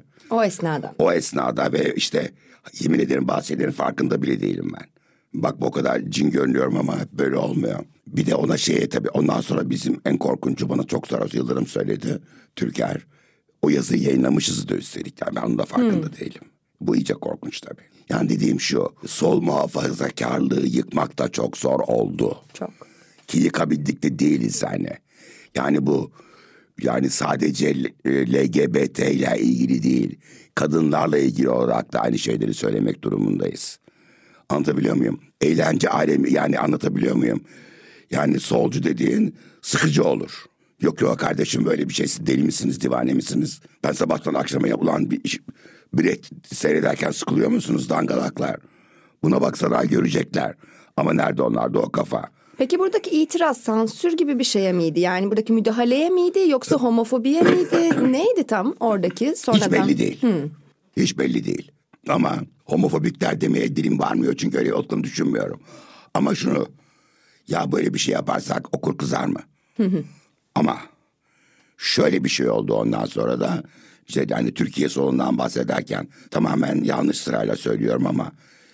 O esnada ve işte yemin ederim bazı şeylerin farkında bile değilim ben. Bak bu kadar cin görünüyorum ama hep böyle olmuyor. Bir de ona tabii ondan sonra bizim en korkuncu bana çok sonra Yıldırım söyledi. Türker o yazıyı yayınlamışız da üstelik. Yani ben onun da farkında değilim. Bu iyice korkunç tabii. Yani dediğim şu sol muhafazakarlığı yıkmak da çok zor oldu. Çok. Ki yıkabildik de değiliz yani. Yani bu yani sadece LGBT ile ilgili değil. Kadınlarla ilgili olarak da aynı şeyleri söylemek durumundayız. Anlatabiliyor muyum? Eğlence alemi yani anlatabiliyor muyum? Yani solcu dediğin sıkıcı olur. Yok kardeşim böyle bir şey deli misiniz divane misiniz? Ben sabahtan akşama yapılan bir seyrederken sıkılıyor musunuz dangalaklar? Buna baksalar görecekler. Ama nerede onlar da o kafa? Peki buradaki itiraz sansür gibi bir şeye miydi? Yani buradaki müdahaleye miydi yoksa homofobiye miydi? Neydi tam oradaki sonradan? Hiç belli değil. Hiç belli değil. Ama homofobikler demeye dilim varmıyor çünkü öyle olduğunu düşünmüyorum. Ama şunu ya böyle bir şey yaparsak okur kızar mı? Ama şöyle bir şey oldu ondan sonra da işte yani Türkiye solundan bahsederken tamamen yanlış sırayla söylüyorum ama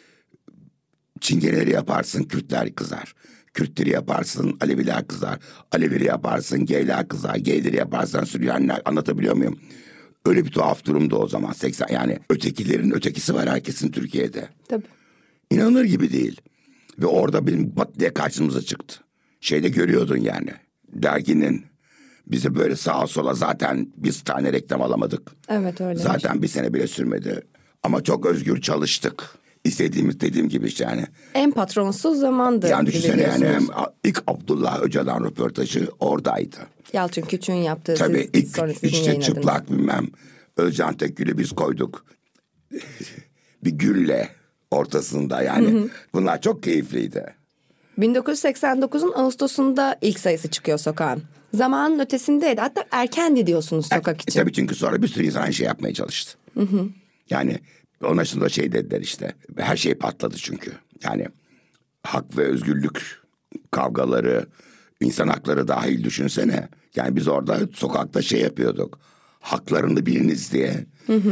Çingeneleri yaparsın Kürtler kızar. Kürtleri yaparsın Aleviler kızar. Alevileri yaparsın gayler kızar. Gayleri yaparsan Süryaniler anlatabiliyor muyum? Öyle bir tuhaf durumda o zaman 80 yani ötekilerin ötekisi var herkesin Türkiye'de. Tabii. İnanılır gibi değil. Ve orada benim pat diye karşımıza çıktı. Şeyde görüyordun yani. Derginin bize böyle sağa sola zaten biz tane reklam alamadık. Evet öyle. Zaten bir sene bile sürmedi. Ama çok özgür çalıştık. İstediğimiz dediğim gibi işte yani. En patronsuz zamandı. Yani düşünsene yani ilk Abdullah Öcalan röportajı oradaydı. Yalçın Küçük'ün yaptığı, Tabii siz sonra ilk sizin işte yayınladığınız. çıplak bilmem Özcan Tekgül'ü biz koyduk. Bir gülle ortasında yani. Bunlar çok keyifliydi. 1989'un Ağustos'unda ilk sayısı çıkıyor Sokağın. Zamanın ötesindeydi. Hatta erkendi diyorsunuz Sokak için. Tabii çünkü sonra bir sürü insan aynı şey yapmaya çalıştı. Yani onun için şey dediler işte. Her şey patladı çünkü. Yani hak ve özgürlük kavgaları, insan hakları dahil düşünsene. Yani biz orada sokakta şey yapıyorduk. Haklarını biliniz diye.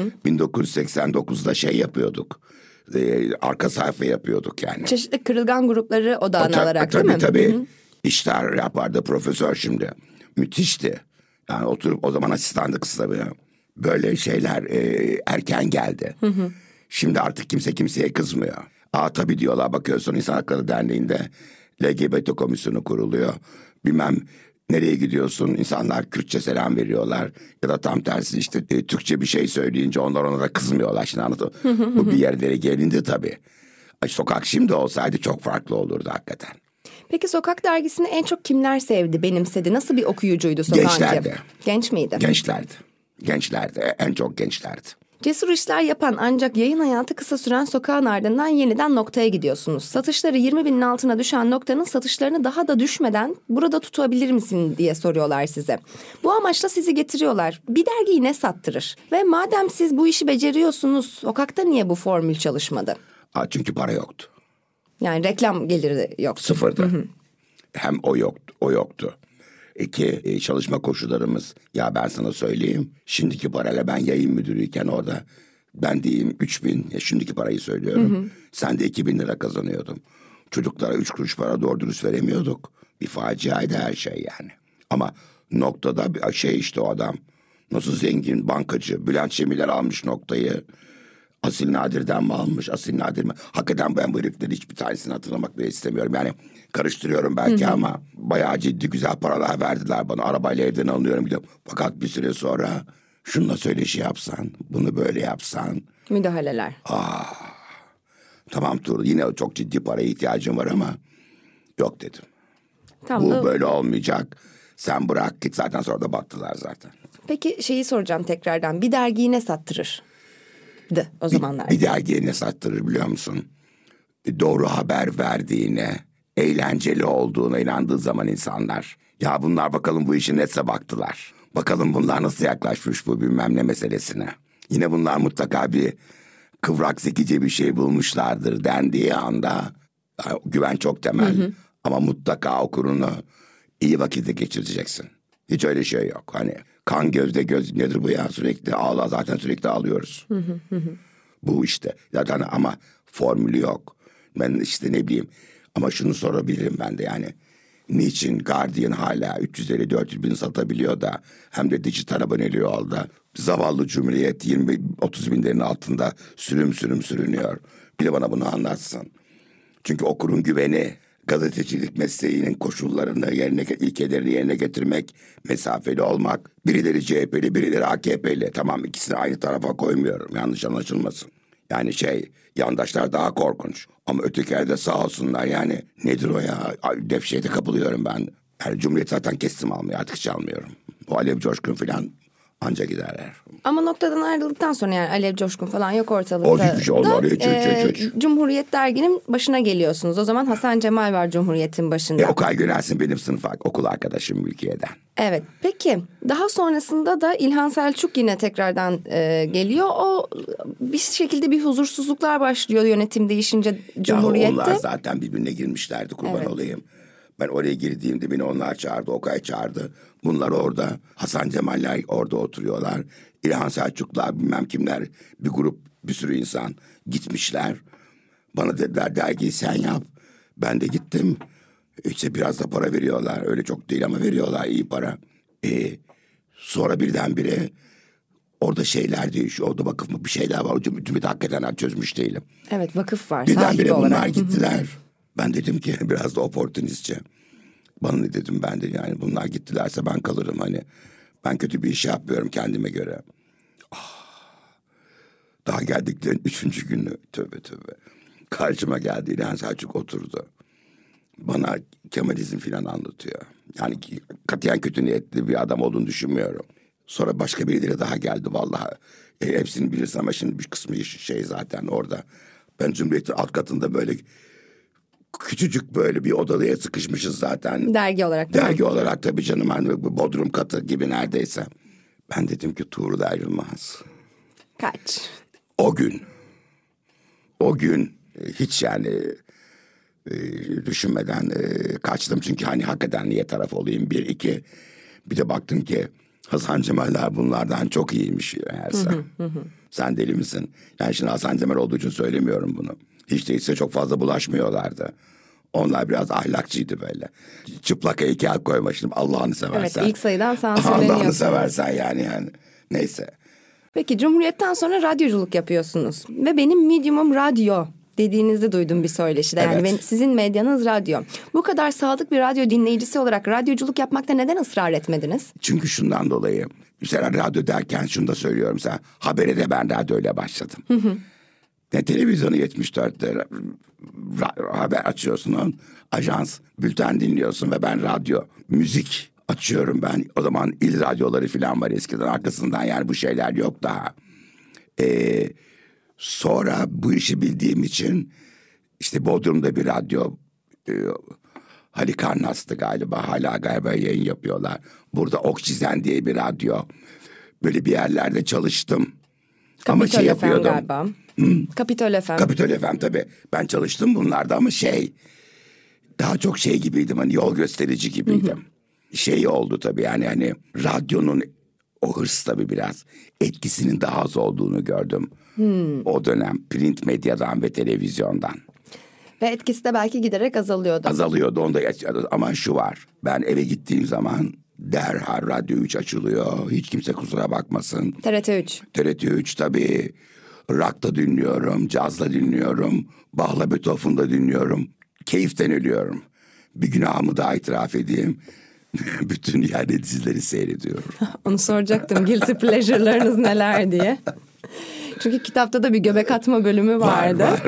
1989'da şey yapıyorduk. Arka sayfa yapıyorduk yani. Çeşitli kırılgan grupları odağına alarak değil mi? Tabii. İşler yapardı profesör şimdi. Müthişti. Yani oturup o zaman asistandı kısa bir. Böyle şeyler erken geldi. Şimdi artık kimse kimseye kızmıyor. Tabii diyorlar, bakıyorsun İnsan Hakları Derneği'nde LGBT komisyonu kuruluyor. Bilmem nereye gidiyorsun, insanlar Kürtçe selam veriyorlar. Ya da tam tersi işte Türkçe bir şey söyleyince onlar ona da kızmıyorlar. Şimdi anladın. Bu bir yerlere gelindi tabii. Sokak şimdi olsaydı çok farklı olurdu hakikaten. Peki Sokak dergisini en çok kimler sevdi, benimsedi? Nasıl bir okuyucuydu Sokak'ın? Gençlerdi. Genç miydi? Gençlerdi. En çok gençlerdi. Cesur işler yapan ancak yayın hayatı kısa süren Sokağın ardından yeniden Nokta'ya gidiyorsunuz. Satışları 20.000'in altına düşen Nokta'nın satışlarını daha da düşmeden burada tutabilir misin diye soruyorlar size. Bu amaçla sizi getiriyorlar. Bir dergiyi ne sattırır? Ve madem siz bu işi beceriyorsunuz, Sokak'ta niye bu formül çalışmadı? Çünkü para yoktu. Yani reklam geliri yoktu. Sıfırdı. Hem o yoktu. İki, çalışma koşullarımız. Ya ben sana söyleyeyim. Şimdiki parayla ben yayın müdürüyken orada ben diyeyim 3.000. Şimdiki parayı söylüyorum. Sen de 2.000 lira kazanıyordum. Çocuklara 3 kuruş para doğru dürüst veremiyorduk. Bir faciaydı her şey yani. Ama Nokta'da bir şey işte o adam. Nasıl zengin bankacı. Bülent Şemiler almış Nokta'yı. Asil Nadir'den mi almış? Asil Nadir mi? Hakikaten ben bu herifleri hiçbir tanesini hatırlamak bile istemiyorum. Yani karıştırıyorum belki ama bayağı ciddi güzel paralar verdiler bana. Arabayla evden alıyorum gidiyorum. Fakat bir süre sonra şununla söyleşi yapsan, bunu böyle yapsan. Müdahaleler. Tamam Tuğrul, yine çok ciddi paraya ihtiyacım var ama yok dedim. Tam Bu böyle olmayacak. Sen bırak git, zaten sonra da battılar zaten. Peki şeyi soracağım tekrardan. Bir dergiyi ne sattırır? O zamanlar. Bir dergiye ne sattırır biliyor musun? Doğru haber verdiğine, eğlenceli olduğuna inandığı zaman insanlar. Ya bunlar bakalım bu işin netse baktılar. Bakalım bunlar nasıl yaklaşmış bu bilmem ne meselesine. Yine bunlar mutlaka bir kıvrak zekice bir şey bulmuşlardır dendiği anda güven çok temel. Ama mutlaka okurunu iyi vakitte geçireceksin. Hiç öyle şey yok. Hani kan gözde göz nedir bu ya, sürekli ağla, zaten sürekli ağlıyoruz. Bu işte zaten ama formülü yok. Ben işte ne bileyim ama şunu sorabilirim ben de yani. Niçin Guardian hala 350-400 bin satabiliyor da hem de dijital aboneliği oldu. Zavallı Cumhuriyet 20-30 binlerin altında sürünüyor. Bir de bana bunu anlatsın. Çünkü okurun güveni, gazetecilik mesleğinin koşullarını ilkelerini yerine getirmek, mesafeli olmak. Birileri CHP'li, birileri AKP'li. Tamam, ikisini aynı tarafa koymuyorum. Yanlış anlaşılmasın. Yani yandaşlar daha korkunç. Ama ötekiler de sağ olsunlar yani. Nedir o ya? Dehşete kapılıyorum ben. Yani Cumhuriyet zaten kestim almıyor, artık hiç almıyorum. Bu Alev Coşkun falan anca giderler. Ama Nokta'dan ayrıldıktan sonra yani Alev Coşkun falan yok ortalıkta. O hiçbir şey olmadı. Hiç. Cumhuriyet derginin başına geliyorsunuz. O zaman Hasan Cemal var Cumhuriyet'in başında. Okay Günersin benim sınıf okul arkadaşım Mülkiye'den. Evet. Peki daha sonrasında da İlhan Selçuk yine tekrardan geliyor. O bir şekilde bir huzursuzluklar başlıyor yönetim değişince Cumhuriyet'te. Ya onlar zaten birbirine girmişlerdi, kurban olayım. Ben oraya girdiğimde beni onlar çağırdı, Okay çağırdı. Bunlar orada, Hasan Cemaller orada oturuyorlar. İlhan Selçuklar, bilmem kimler, bir grup, bir sürü insan gitmişler. Bana dediler dergiyi sen yap. Ben de gittim. İşte biraz da para veriyorlar. Öyle çok değil ama veriyorlar iyi para. Sonra birdenbire orada şeyler değişiyor. Orada vakıf mı bir şeyler var. Tümü de hakikaten çözmüş değilim. Evet, vakıf var. Birdenbire bunlar gittiler. Ben dedim ki biraz da oportunistçe. Bana ne dedim ben de, yani bunlar gittilerse ben kalırım hani. Ben kötü bir iş yapmıyorum kendime göre. Daha geldiklerin 3. günü tövbe. Karşıma geldi İlhan Selçuk, oturdu. Bana Kemalizm falan anlatıyor. Yani katiyen kötü niyetli bir adam olduğunu düşünmüyorum. Sonra başka birileri daha geldi vallahi. Hepsini bilirsin ama şimdi bir kısmı şey zaten orada. Ben Cumhuriyet'in alt katında böyle küçücük böyle bir odaya sıkışmışız zaten. Dergi olarak değil mi? Dergi olarak tabii canım, hani bodrum katı gibi neredeyse. Ben dedim ki Tuğrul ayrılmaz. Kaç? O gün hiç yani düşünmeden kaçtım. Çünkü hani hakikaten niye taraf olayım, bir iki. Bir de baktım ki Hasan Cemal'ler bunlardan çok iyiymiş meğerse. Sen deli misin? Yani şimdi Hasan Cemal olduğu için söylemiyorum bunu. Hiç değilse çok fazla bulaşmıyorlardı. Onlar biraz ahlakçıydı böyle. Çıplak heykel koymuştum, Allah'ını seversen. Evet, ilk sayıdan sansürleniyorsunuz. Allah'ını seversen yani. Neyse. Peki Cumhuriyet'ten sonra radyoculuk yapıyorsunuz. Ve benim medium'um radyo dediğinizi duydum bir söyleşide. Yani Evet. sizin medyanız radyo. Bu kadar sadık bir radyo dinleyicisi olarak radyoculuk yapmakta neden ısrar etmediniz? Çünkü şundan dolayı. Mesela radyo derken şunu da söylüyorum sana. Habere de ben radyoyla başladım. Ne televizyonu 74'te haber açıyorsun, ajans, bülten dinliyorsun ve ben radyo, müzik açıyorum ben. O zaman il radyoları falan var eskiden, arkasından yani bu şeyler yok daha. Sonra bu işi bildiğim için işte Bodrum'da bir radyo, Halikarnas'tı galiba, hala galiba yayın yapıyorlar. Burada Oksijen diye bir radyo. Böyle bir yerlerde çalıştım. Ama Kapitol şey FM yapıyordum. galiba. Kapitol FM. Kapitol FM tabii. Ben çalıştım bunlarda ama daha çok şey gibiydim, hani yol gösterici gibiydim. Şey oldu tabii yani hani radyonun o hırs tabii biraz etkisinin daha az olduğunu gördüm. O dönem print medyadan ve televizyondan. Ve etkisi de belki giderek azalıyordu. Azalıyordu, onda ama şu var. Ben eve gittiğim zaman derhal Radyo 3 açılıyor. Hiç kimse kusura bakmasın. TRT 3. TRT 3 tabii. Rock'ta dinliyorum, caz'da dinliyorum, Bach'la Beethoven'da dinliyorum. Keyiften ölüyorum. Bir günahımı daha itiraf edeyim. Bütün yani dizileri seyrediyorum. Onu soracaktım. Guilty pleasure'larınız neler diye. Çünkü kitapta da bir göbek atma bölümü vardı. Var.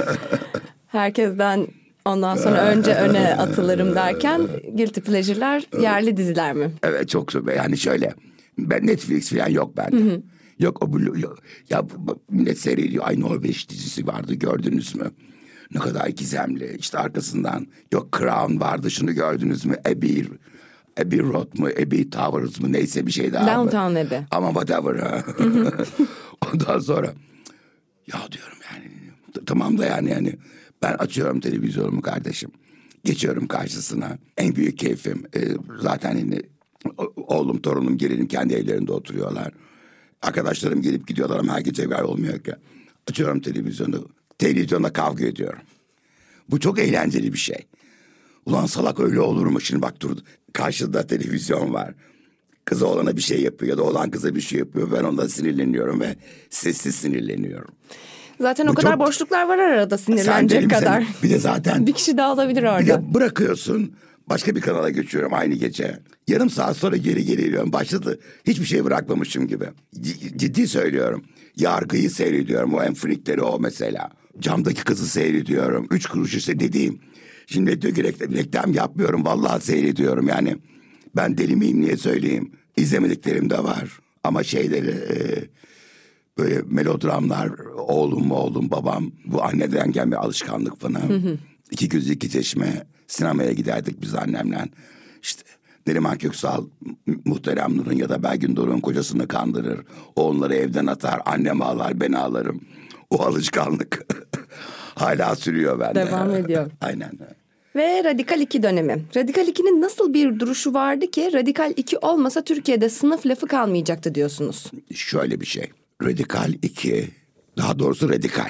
Herkesten ondan sonra önce öne atılırım derken guilty pleasure'lar yerli diziler mi? Evet, çok yani şöyle. Ben Netflix falan yok bende. Yok o ya millet seyrediyor. Ay, Norveç dizisi vardı, gördünüz mü? Ne kadar gizemli. İşte arkasından yok Crown vardı, şunu gördünüz mü? Abbey Road mu? Abbey Towers mı? Neyse bir şey daha. Downton Abbey. Ama whatever ha. Ondan sonra ya diyorum yani tamam da yani ben açıyorum televizyonumu kardeşim. Geçiyorum karşısına. En büyük keyfim zaten hani oğlum, torunum, gelinim kendi evlerinde oturuyorlar. Arkadaşlarım gelip gidiyorlar ama herkes evvel olmuyor ki. Açıyorum televizyonu. Televizyonda kavga ediyorum. Bu çok eğlenceli bir şey. Ulan salak, öyle olur mu? Şimdi bak dur, karşıda televizyon var. Kız oğlana bir şey yapıyor ya da oğlan kıza bir şey yapıyor. Ben ondan sinirleniyorum ve sessiz sinirleniyorum. Zaten Bu o kadar çok... boşluklar var arada Sen sinirlenecek deli misin? kadar. Bir de zaten... Bir kişi daha olabilir Bir orada. de bırakıyorsun, başka bir kanala geçiyorum aynı gece. Yarım saat sonra geri geliyorum. Başladı. Hiçbir şey bırakmamışım gibi. Ciddi söylüyorum. Yargıyı seyrediyorum. O enfrinkleri o mesela. Camdaki kızı seyrediyorum. 3 kuruş işte dediğim. Şimdi diyor ki reklam yapmıyorum. Vallahi seyrediyorum yani. Ben deli miyim niye söyleyeyim. İzlemediklerim de var. Ama şeyleri... böyle melodramlar, oğlum babam, bu anneden gelme alışkanlık falan. İki Göz İki Çeşme, sinemaya giderdik biz annemle. İşte Neriman Köksal, Muhterem Nur'un ya da Belgin Doruk'un kocasını kandırır. O onları evden atar, annem ağlar, ben ağlarım. O alışkanlık hala sürüyor bende. Devam ediyor. Aynen. Ve Radikal 2 dönemi. Radikal 2'nin nasıl bir duruşu vardı ki Radikal 2 olmasa Türkiye'de sınıf lafı kalmayacaktı diyorsunuz. Şöyle bir şey. Radikal 2, daha doğrusu Radikal.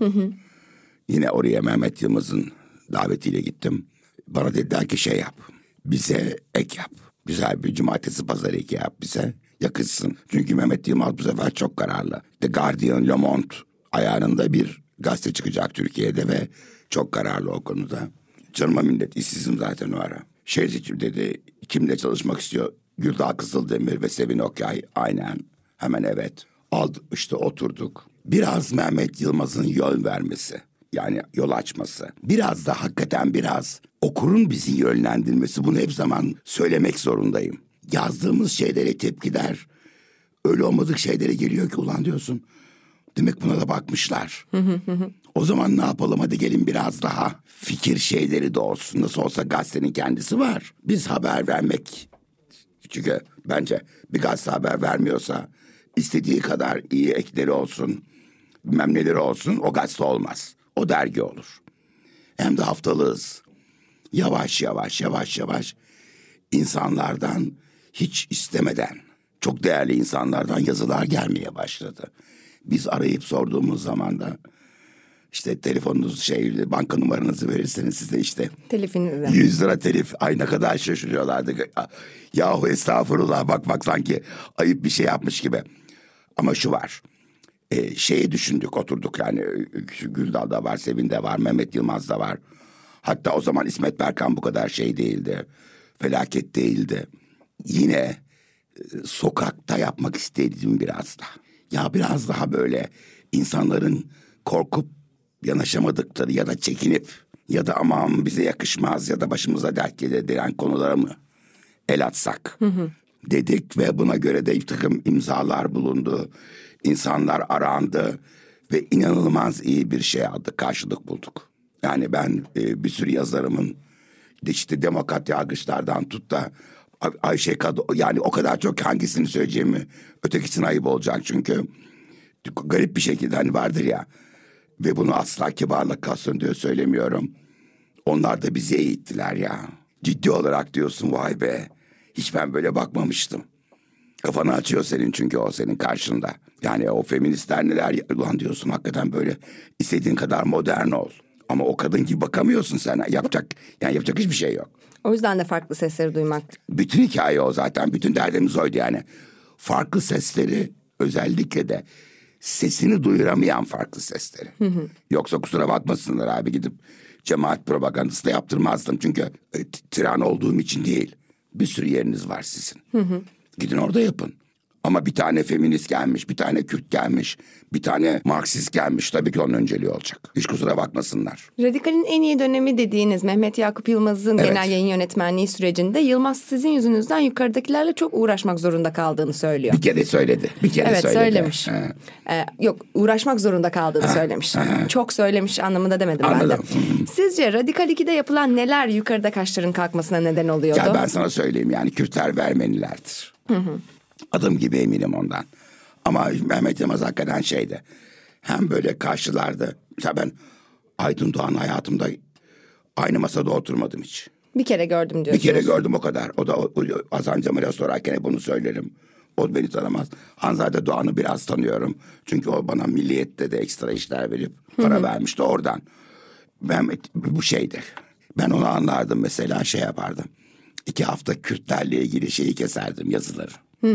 Yine oraya Mehmet Yılmaz'ın davetiyle gittim. Bana dediler ki şey yap, bize ek yap. Güzel bir cumartesi pazar eki yap bize, yakışsın. Çünkü Mehmet Yılmaz bu sefer çok kararlı. The Guardian, Le Monde ayarında bir gazete çıkacak Türkiye'de ve çok kararlı o konuda. Canıma minnet, işsizim zaten o ara. Şey seçim dedi, kimle çalışmak istiyor? Güldağ Kızıldemir ve Sevin Okyay. Aynen, hemen evet. Aldık işte, oturduk. Biraz Mehmet Yılmaz'ın yol vermesi, yani yol açması. Biraz da hakikaten biraz okurun bizi yönlendirmesi, bunu hep zaman söylemek zorundayım. Yazdığımız şeylere tepkiler öyle olmadık şeylere geliyor ki ulan diyorsun. Demek buna da bakmışlar. O zaman ne yapalım, hadi gelin biraz daha fikir şeyleri de olsun. Nasıl olsa gazetenin kendisi var. Biz haber vermek, çünkü bence bir gazete haber vermiyorsa istediği kadar iyi ekleri olsun, bilmem neleri olsun, o gazete olmaz. O dergi olur. Hem de haftalığız. Yavaş yavaş insanlardan hiç istemeden, çok değerli insanlardan yazılar gelmeye başladı. Biz arayıp sorduğumuz zaman da işte telefonunuz banka numaranızı verirseniz size işte telifinize 100 lira telif. Ay ne kadar şaşırıyorlardı. Yahu estağfurullah, bak sanki ayıp bir şey yapmış gibi. Ama şu var. Şeyi düşündük, oturduk yani, Güldal'da var, Sevin'de var, Mehmet Yılmaz'da var. Hatta o zaman İsmet Berkan bu kadar şey değildi. Felaket değildi. Yine sokakta yapmak istediğim biraz da. Ya biraz daha böyle insanların korkup yanaşamadıkları ya da çekinip ya da aman bize yakışmaz ya da başımıza dert gelir diyen konulara mı el atsak dedik ve buna göre de bir takım imzalar bulundu. İnsanlar arandı ve inanılmaz iyi bir şey aldık, karşılık bulduk. Yani ben bir sürü yazarımın işte demokrat yargıçlardan tut da Ayşe yani o kadar çok hangisini söyleyeceğimi, ötekisine ayıp olacak çünkü garip bir şekilde hani vardır ya, ve bunu asla kibarlık kalsın diye söylemiyorum. Onlar da bizi eğittiler ya. Ciddi olarak diyorsun vay be, hiç ben böyle bakmamıştım. Kafanı açıyor senin, çünkü o senin karşında. Yani o feministler neler ulan diyorsun, hakikaten böyle istediğin kadar modern ol. Ama o kadın gibi bakamıyorsun sen. Yapacak hiçbir şey yok. O yüzden de farklı sesleri duymak. Bütün hikaye o zaten. Bütün derdimiz oydu yani. Farklı sesleri, özellikle de sesini duyuramayan farklı sesleri. Yoksa kusura bakmasınlar abi, gidip cemaat propagandası da yaptırmazdım. Çünkü tiran olduğum için değil. Bir sürü yeriniz var sizin. Gidin orada yapın. Ama bir tane feminist gelmiş, bir tane Kürt gelmiş, bir tane Marksist gelmiş. Tabii ki onun önceliği olacak. Hiç kusura bakmasınlar. Radikal'in en iyi dönemi dediğiniz Mehmet Yakup Yılmaz'ın genel yayın yönetmenliği sürecinde Yılmaz sizin yüzünüzden yukarıdakilerle çok uğraşmak zorunda kaldığını söylüyor. Bir kere söyledi. Evet, söylemiş. Yok, uğraşmak zorunda kaldığını söylemiş. Çok söylemiş anlamında demedim ben de. Sizce Radikal 2'de yapılan neler yukarıda kaşların kalkmasına neden oluyordu? Ya ben sana söyleyeyim, yani Kürtler Ermenilerdir. Adım gibi eminim ondan. Ama Mehmet Yılmaz hakikaten şeydi. Hem böyle karşılardı. Mesela ben Aydın Doğan hayatımda aynı masada oturmadım hiç. Bir kere gördüm diyorsunuz. Bir kere gördüm, o kadar. O da Hasan Cemal'e sorarken hep bunu söylerim. O beni tanımaz. Hanzade Doğan'ı biraz tanıyorum. Çünkü o bana Milliyet'te de ekstra işler verip para vermişti oradan. Mehmet bu şeydi. Ben onu anlardım mesela, şey yapardım. 2 hafta Kürtlerle ilgili şeyi keserdim, yazıları.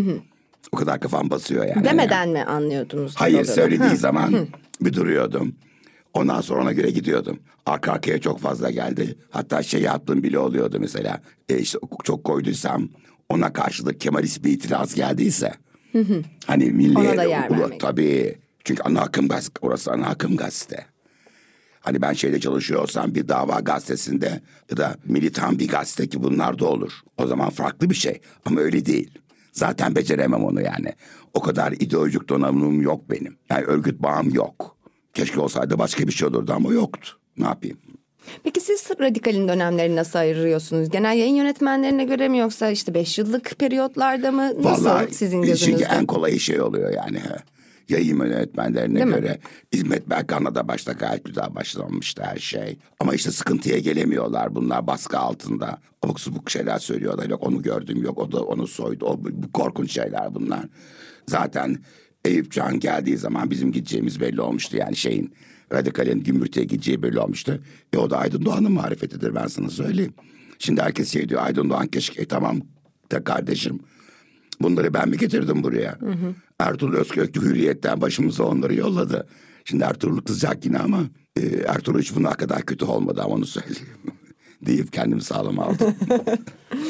O kadar kafam basıyor yani. Demeden mi anlıyordunuz? Hayır, söylediği zaman bir duruyordum. Ondan sonra ona göre gidiyordum. Arka arkaya çok fazla geldi. Hatta şey yaptığım bile oluyordu mesela. İşte çok koyduysam, ona karşılık Kemalist bir itiraz geldiyse. Hani milli. Ona da yer vermek. Tabii. Çünkü ana akım gazete. Orası ana akım gazete. Hani ben şeyde çalışıyorsam, bir dava gazetesinde ya da militan bir gazete, ki bunlar da olur. O zaman farklı bir şey. Ama öyle değil. Zaten beceremem onu yani. O kadar ideolojik donanımım yok benim. Yani örgüt bağım yok. Keşke olsaydı başka bir şey olurdu ama yoktu. Ne yapayım? Peki siz Radikal'in dönemlerini nasıl ayırıyorsunuz? Genel yayın yönetmenlerine göre mi, yoksa işte 5 yıllık periyotlarda mı? Nasıl vallahi, sizin gözünüzde? Çünkü en kolay şey oluyor yani. Yayın yönetmenlerine değil göre. İsmet Berkan'la da başta gayet güzel başlamıştı her şey. Ama işte sıkıntıya gelemiyorlar bunlar, baskı altında. Abuk subuk şeyler söylüyorlar. Yok onu gördüm, yok o da onu soydu. Bu korkunç şeyler bunlar. Zaten Eyüp Can geldiği zaman bizim gideceğimiz belli olmuştu. Yani şeyin, Radikal'in Gümbürtü'ye gideceği belli olmuştu. O da Aydın Doğan'ın marifetidir, ben sana söyleyeyim. Şimdi herkes şey diyor, Aydın Doğan keşke, tamam da kardeşim. Bunları ben mi getirdim buraya? Ertuğrul Özkök Hürriyet'ten başımıza onları yolladı. Şimdi Ertuğrul kızacak yine ama Ertuğrul hiç buna kadar kötü olmadı, ama onu söyleyeyim. Deyip kendimi sağlam aldım.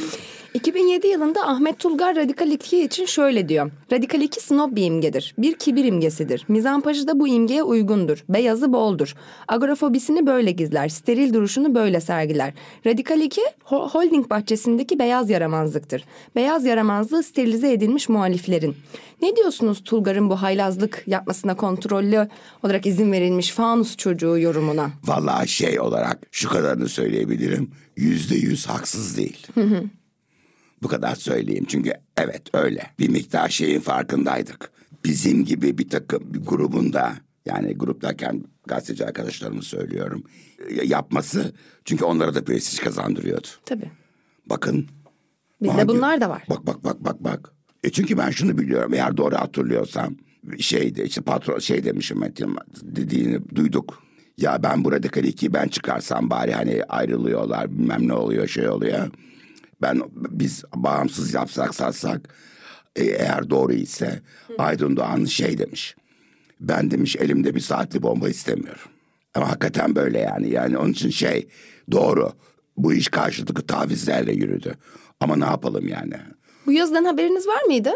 2007 yılında Ahmet Tulgar Radikal 2 için şöyle diyor. Radikal 2 snob bir imgedir. Bir kibir imgesidir. Mizampajı da bu imgeye uygundur. Beyazı boldur. Agorafobisini böyle gizler. Steril duruşunu böyle sergiler. Radikal 2 holding bahçesindeki beyaz yaramazlıktır. Beyaz yaramazlığı sterilize edilmiş muhaliflerin. Ne diyorsunuz Tulgar'ın bu haylazlık yapmasına kontrollü olarak izin verilmiş fanus çocuğu yorumuna? Vallahi şey olarak şu kadarını söyleyebilirim. %100 haksız değil. Bu kadar söyleyeyim çünkü evet öyle. Bir miktar şeyin farkındaydık. Bizim gibi bir takım bir grubunda, yani gruptayken gazeteci arkadaşlarımı söylüyorum, yapması çünkü onlara da prestij kazandırıyordu. Tabii. Bakın. Bizde bunlar da var. Bak. Çünkü ben şunu biliyorum, eğer doğru hatırlıyorsam şeydi işte patron şey demişim Metin dediğini duyduk. Ya ben bu Radikal 2'yi ben çıkarsam bari hani ayrılıyorlar bilmem ne oluyor şey oluyor. Biz bağımsız yapsak satsak eğer doğru ise Aydın Doğan şey demiş. Ben demiş elimde bir saatli bomba istemiyorum. Ama hakikaten böyle yani. Yani onun için şey doğru. Bu iş karşılıklı tavizlerle yürüdü. Ama ne yapalım yani? Bu yazıdan haberiniz var mıydı?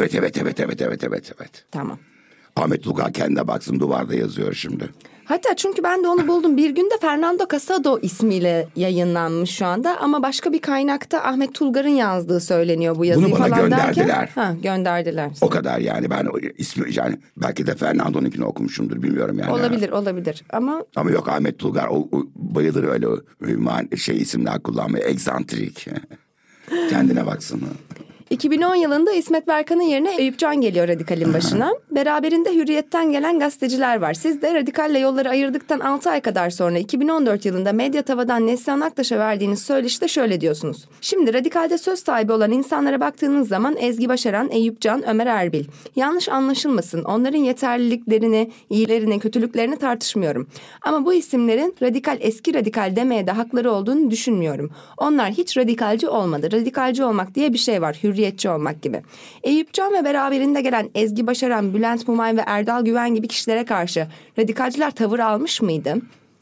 Evet. Tamam. Ahmet Luka kendine baksın, duvarda yazıyor şimdi. Hatta çünkü ben de onu buldum. Bir günde Fernando Casado ismiyle yayınlanmış şu anda. Ama başka bir kaynakta Ahmet Tulgar'ın yazdığı söyleniyor bu yazıyı Bunu bana falan gönderdiler. derken. Gönderdiler. O kadar yani, ben o ismi yani belki de Fernando'nunkini okumuşumdur bilmiyorum yani. Olabilir ama yok, Ahmet Tulgar o bayılır öyle isimler kullanmaya, egzantrik. Kendine baksın. 2010 yılında İsmet Berkan'ın yerine Eyüp Can geliyor Radikal'in başına. Beraberinde Hürriyet'ten gelen gazeteciler var. Siz de Radikal'le yolları ayırdıktan 6 ay kadar sonra 2014 yılında Medya Tava'dan Neslihan Aktaş'a verdiğiniz söyleşide şöyle diyorsunuz. Şimdi Radikal'de söz sahibi olan insanlara baktığınız zaman Ezgi Başaran, Eyüp Can, Ömer Erbil. Yanlış anlaşılmasın, onların yeterliliklerini, iyilerini, kötülüklerini tartışmıyorum. Ama bu isimlerin eski radikal demeye de hakları olduğunu düşünmüyorum. Onlar hiç radikalci olmadı. Radikalci olmak diye bir şey var. Hürriyetçi olmak gibi. Eyüp Can ve beraberinde gelen Ezgi Başaran, Bülent Mumay ve Erdal Güven gibi kişilere karşı radikalciler tavır almış mıydı?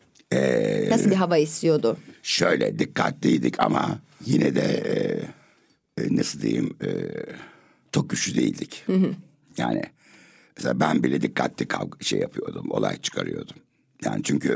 Nasıl bir hava istiyordu? Şöyle dikkatliydik ama yine de nasıl diyeyim çok güçlü değildik. Yani mesela ben bile dikkatli yapıyordum, olay çıkarıyordum. Yani çünkü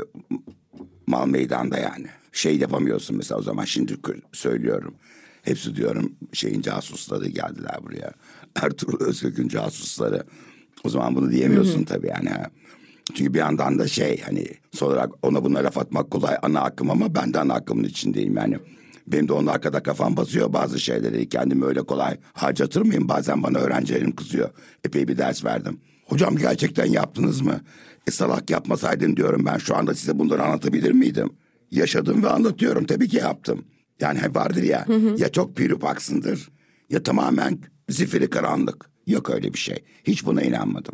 mal meydanda yani. Şey yapamıyorsun mesela o zaman, şimdi söylüyorum. Hepsi diyorum casusları geldiler buraya. Ertuğrul Özkök'ün casusları. O zaman bunu diyemiyorsun tabii yani. Çünkü bir yandan da hani son olarak ona buna laf atmak kolay, ana akım, ama ben de ana akımın içindeyim yani. Benim de onun arkada kafam basıyor bazı şeyleri. Kendimi öyle kolay harcatır mıyım? Bazen bana öğrencilerim kızıyor. Epey bir ders verdim. Hocam gerçekten yaptınız mı? Salak yapmasaydın diyorum, ben şu anda size bunları anlatabilir miydim? Yaşadım ve anlatıyorum, tabii ki yaptım. Yani vardır ya, ya çok pirupaksındır ya tamamen zifiri karanlık. Yok öyle bir şey. Hiç buna inanmadım.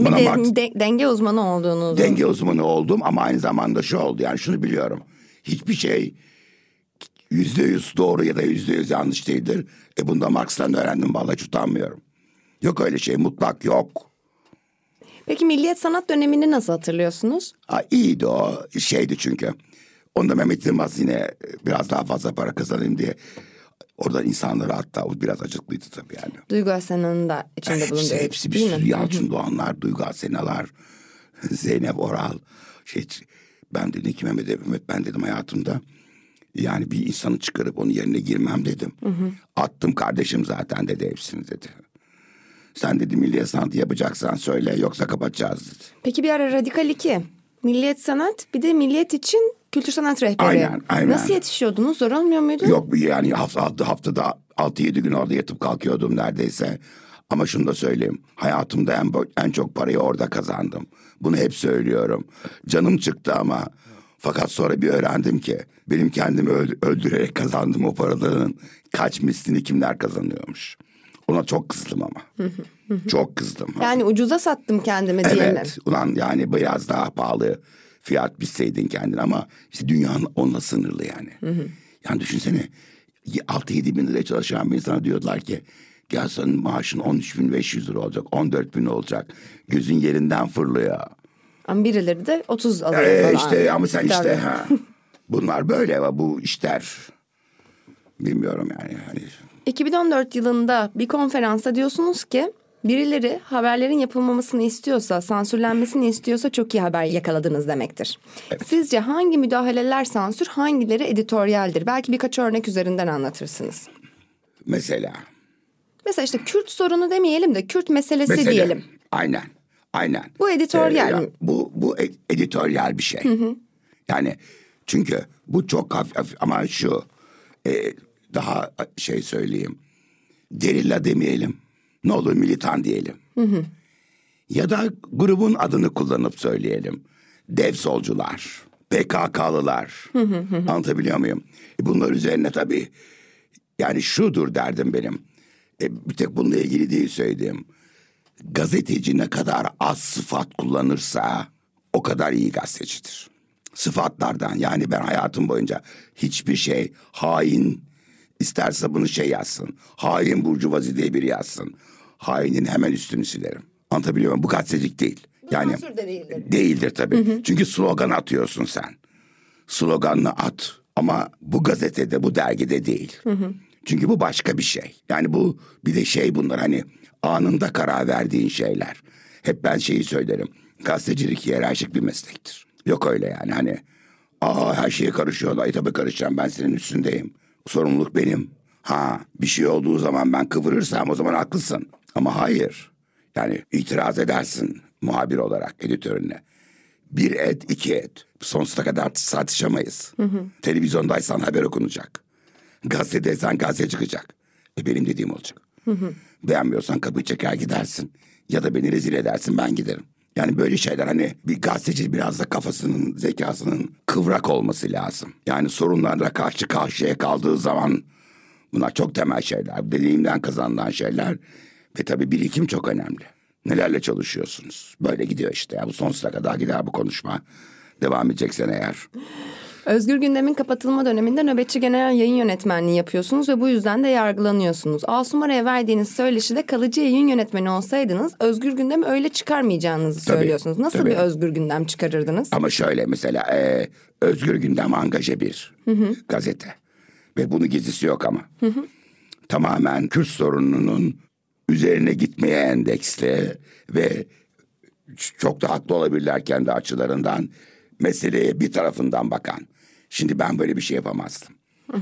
Denge uzmanı olduğunuzu. Denge uzmanı oldum ama aynı zamanda şu oldu, yani şunu biliyorum. Hiçbir şey %100 doğru ya da %100 yanlış değildir. Bunda Marx'tan öğrendim, vallahi hiç utanmıyorum. Yok öyle şey, mutlak yok. Peki Milliyet Sanat dönemini nasıl hatırlıyorsunuz? İyiydi o, çünkü. Onda Mehmet Yılmaz yine biraz daha fazla para kazanayım diye oradan insanları, hatta o biraz acıklıydı tabii yani. Duygu Asena'nın da içinde bulunduğu. Hepsi bir sürü, Yalçın Doğanlar, Duygu Asena'lar, Zeynep Oral. Ben dedim ki Mehmet, ben dedim hayatımda yani bir insanı çıkarıp onun yerine girmem dedim. Attım kardeşim zaten dedi hepsini dedi. Sen dedi Milliyet Sanatı yapacaksan söyle, yoksa kapatacağız dedi. Peki bir ara Radikal 2, Milliyet Sanat, bir de Milliyet için Kültür Sanat Rehberi. Aynen. Nasıl yetişiyordunuz? Zor olmuyor muydu? Yok yani haftada 6-7 gün orada yatıp kalkıyordum neredeyse. Ama şunu da söyleyeyim. Hayatımda en çok parayı orada kazandım. Bunu hep söylüyorum. Canım çıktı ama fakat sonra bir öğrendim ki benim kendimi öldürerek kazandığım o paraların kaç mislini kimler kazanıyormuş. Ona çok kızdım ama. Çok kızdım. Yani ucuza sattım kendimi diye mi? Evet. Ulan yani biraz daha pahalı fiyat bilseydin kendin, ama işte dünyanın onunla sınırlı yani. Yani düşünsene 6-7 bin liraya çalışan bir insana diyorlar ki gel senin maaşın 13.500 lira olacak, 14.000 olacak. Gözün yerinden fırlıyor. Ama birileri de 30 alıyor falan. İşte ama sen bunlar böyle, bu işler bilmiyorum yani. 2014 yılında bir konferansta diyorsunuz ki birileri haberlerin yapılmamasını istiyorsa, sansürlenmesini istiyorsa çok iyi haber yakaladınız demektir. Evet. Sizce hangi müdahaleler sansür, hangileri editoryaldir? Belki birkaç örnek üzerinden anlatırsınız. Mesela işte Kürt sorunu demeyelim de Kürt meselesi diyelim. Aynen. Bu editoryal mi? Bu editoryal bir şey. Yani çünkü bu çok hafif ama şu daha söyleyeyim. Gerilla demeyelim. Ne olur militan diyelim. Ya da grubun adını kullanıp söyleyelim. Dev solcular, PKK'lılar. Anlatabiliyor muyum? Bunlar üzerine tabii yani şudur derdim benim. Bir tek bununla ilgili değil söylediğim. Gazeteci ne kadar az sıfat kullanırsa o kadar iyi gazetecidir. Sıfatlardan yani ben hayatım boyunca hiçbir şey hain isterse bunu yazsın. Hain burjuvazi diye biri yazsın. Hainin hemen üstünü silerim. Anlatabiliyor muyum? Bu gazetecilik değil. Yani değildir tabii. Çünkü slogan atıyorsun sen. Sloganını at ama bu gazetede, bu dergide değil. Çünkü bu başka bir şey. Yani bu bir de bunlar hani anında karar verdiğin şeyler. Hep ben söylerim. Gazetecilik hiyerarşik bir meslektir. Yok öyle yani hani her şeye karışıyorlar. Tabii karışacağım, ben senin üstündeyim. Sorumluluk benim. Bir şey olduğu zaman ben kıvırırsam o zaman haklısın. Ama hayır. Yani itiraz edersin muhabir olarak editörüne. 1 et, 2 et. Sonsuza kadar tartışamayız. Televizyondaysan haber okunacak. Gazetedeysen gazete çıkacak. Benim dediğim olacak. Beğenmiyorsan kapıyı çeker gidersin. Ya da beni rezil edersin, ben giderim. Yani böyle şeyler hani bir gazeteci biraz da kafasının, zekasının kıvrak olması lazım. Yani sorunlarla karşı karşıya kaldığı zaman bunlar çok temel şeyler. Dediğimden kazanılan şeyler ve tabii birikim çok önemli. Nelerle çalışıyorsunuz? Böyle gidiyor işte ya, bu sonsuza kadar gider bu konuşma. Devam edeceksen eğer. Özgür Gündem'in kapatılma döneminde nöbetçi genel yayın yönetmenliği yapıyorsunuz ve bu yüzden de yargılanıyorsunuz. Asumara'ya verdiğiniz söyleşide kalıcı yayın yönetmeni olsaydınız Özgür Gündem'i öyle çıkarmayacağınızı söylüyorsunuz. Nasıl bir Özgür Gündem çıkarırdınız? Ama şöyle mesela Özgür Gündem angaje bir gazete ve bunun gizlisi yok ama. Tamamen Kürt sorununun üzerine gitmeye endeksli ve çok da haklı olabilirler kendi açılarından meseleye bir tarafından bakan. Şimdi ben böyle bir şey yapamazdım.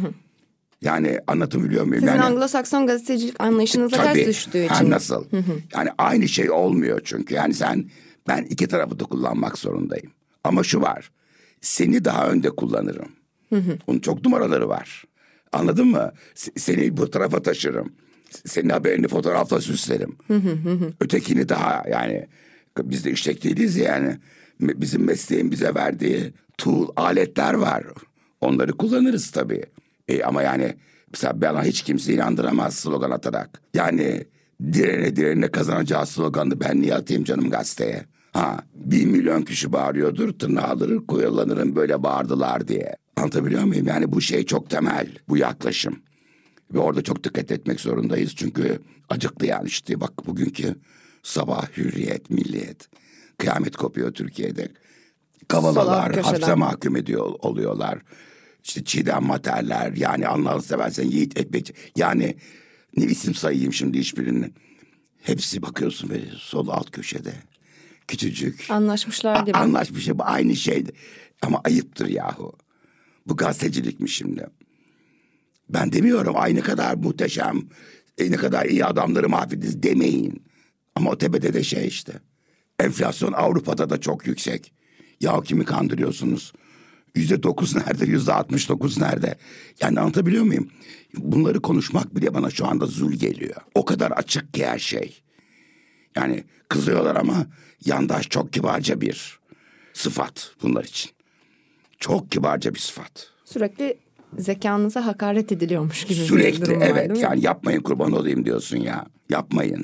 Yani anlatabiliyor muyum? Sizin yani, Anglo-Sakson gazetecilik anlayışınıza ters düştüğü için. Nasıl? Yani aynı şey olmuyor çünkü. Yani ben iki tarafı da kullanmak zorundayım. Ama şu var. Seni daha önde kullanırım. Onun çok numaraları var. Anladın mı? Seni bu tarafa taşırım. Senin haberini fotoğrafla süslerim. Ötekini daha yani biz de işlek değiliz yani. Bizim mesleğin bize verdiği aletler var. Onları kullanırız tabii. Ama yani mesela bana hiç kimse inandıramaz slogan atarak. Yani direne kazanacağı sloganı ben niye atayım canım gazeteye? 1 milyon kişi bağırıyordur, tırnağı alır koyulanırım böyle bağırdılar diye. Anlatabiliyor muyum? Yani bu çok temel, bu yaklaşım. Ve orada çok dikkat etmek zorundayız çünkü acıklı yani işte bak bugünkü sabah Hürriyet, Milliyet. Kıyamet kopuyor Türkiye'de. Kavalalar, hapse mahkum oluyorlar. İşte Çiğdem Materler, yani Allah'ını seversen Yiğit Ekmekçi. Yani ne isim sayayım şimdi hiçbirinin. Hepsi bakıyorsun böyle sol alt köşede. Küçücük. Anlaşmışlar gibi. Anlaşmış, bu aynı şeydi. Ama ayıptır yahu. Bu gazetecilik mi şimdi? Ben demiyorum aynı kadar muhteşem, ne kadar iyi adamları mahvediz demeyin. Ama o tepede de işte. Enflasyon Avrupa'da da çok yüksek. Ya kimi kandırıyorsunuz? %9 nerede? %69 nerede? Yani anlatabiliyor muyum? Bunları konuşmak bile bana şu anda zul geliyor. O kadar açık ki her şey. Yani kızıyorlar ama yandaş çok kibarca bir sıfat bunlar için. Çok kibarca bir sıfat. Sürekli zekanıza hakaret ediliyormuş gibi sürekli, bir durum var, evet yani yapmayın kurban olayım diyorsun ya. Yapmayın.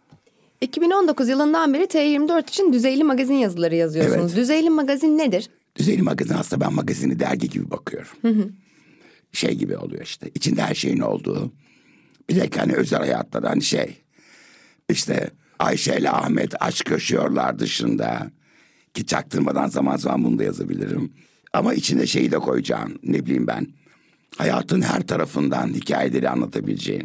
2019 yılından beri T24 için Düzeyli Magazin yazıları yazıyorsunuz. Evet. Düzeyli Magazin nedir? Düzeyli Magazin aslında ben magazini dergi gibi bakıyorum. Gibi oluyor işte. İçinde her şeyin olduğu. Bir de hani özel hayatları hani işte Ayşe ile Ahmet aşk yaşıyorlar dışında. Ki çaktırmadan zaman zaman bunu da yazabilirim. Ama içine de koyacağım, ne bileyim ben. Hayatın her tarafından hikayeleri anlatabileceğin.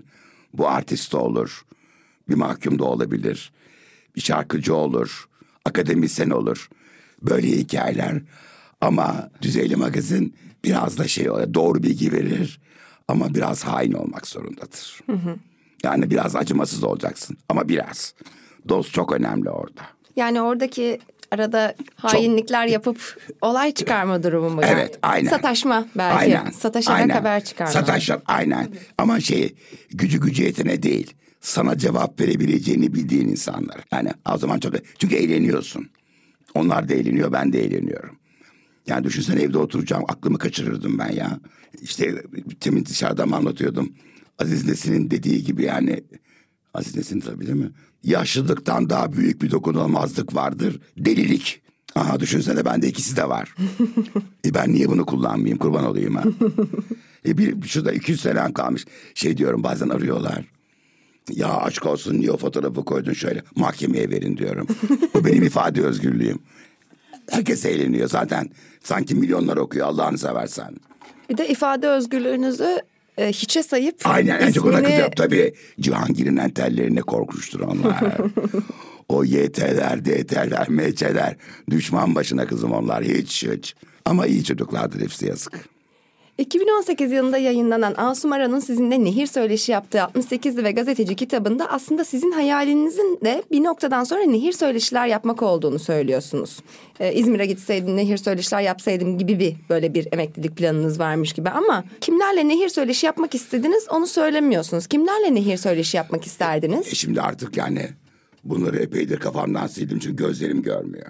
Bu artist de olur. Bir mahkum da olabilir. Bir şarkıcı olur. Akademisyen olur. Böyle hikayeler. Ama Düzeyli Magazin biraz da doğru bilgi verir. Ama biraz hain olmak zorundadır. Yani biraz acımasız olacaksın. Ama biraz. Doz çok önemli orada. Yani oradaki arada hainlikler yapıp olay çıkarma durumu mu? Evet, yani? aynen. Sataşma belki. Aynen. Sataşarak aynen. haber çıkarma. Sataşarak, aynen. Ama gücü yetine değil. Sana cevap verebileceğini bildiğin insanlar. Yani o zaman çünkü eğleniyorsun. Onlar da eğleniyor, ben de eğleniyorum. Yani düşünsene evde oturacağım, aklımı kaçırırdım ben ya. İşte temin dışarıda mı anlatıyordum? Aziz Nesin'in dediği gibi yani. Aziz Nesin tabii değil mi? Yaşlılıktan daha büyük bir dokunulmazlık vardır. Delilik. Aha düşünsene bende ikisi de var. Ben niye bunu kullanmayayım? Kurban olayım ha. Şurada 200 senem kalmış. Diyorum bazen arıyorlar. Ya aşk olsun niye o fotoğrafı koydun şöyle? Mahkemeye verin diyorum. Bu benim ifade özgürlüğüm. Herkes eğleniyor zaten. Sanki milyonlar okuyor Allah'ını seversen. Bir de ifade özgürlüğünüzü hiçe sayıp aynen en çok ona ismini... kızıyorum. Tabii Cihangir'in entellerine korkmuştur onlar. O YT'ler, DT'ler, MÇ'ler. Düşman başına kızım onlar hiç. Ama iyi çocuklardır hepsi yazık. 2018 yılında yayınlanan Asum Aran'ın sizinle nehir söyleşi yaptığı 68'li ve gazeteci kitabında aslında sizin hayalinizin de bir noktadan sonra nehir söyleşiler yapmak olduğunu söylüyorsunuz. İzmir'e gitseydim nehir söyleşiler yapsaydım gibi böyle bir emeklilik planınız varmış gibi ama kimlerle nehir söyleşi yapmak istediniz onu söylemiyorsunuz. Kimlerle nehir söyleşi yapmak isterdiniz? Şimdi artık yani bunları epeydir kafamdan sildim çünkü gözlerim görmüyor.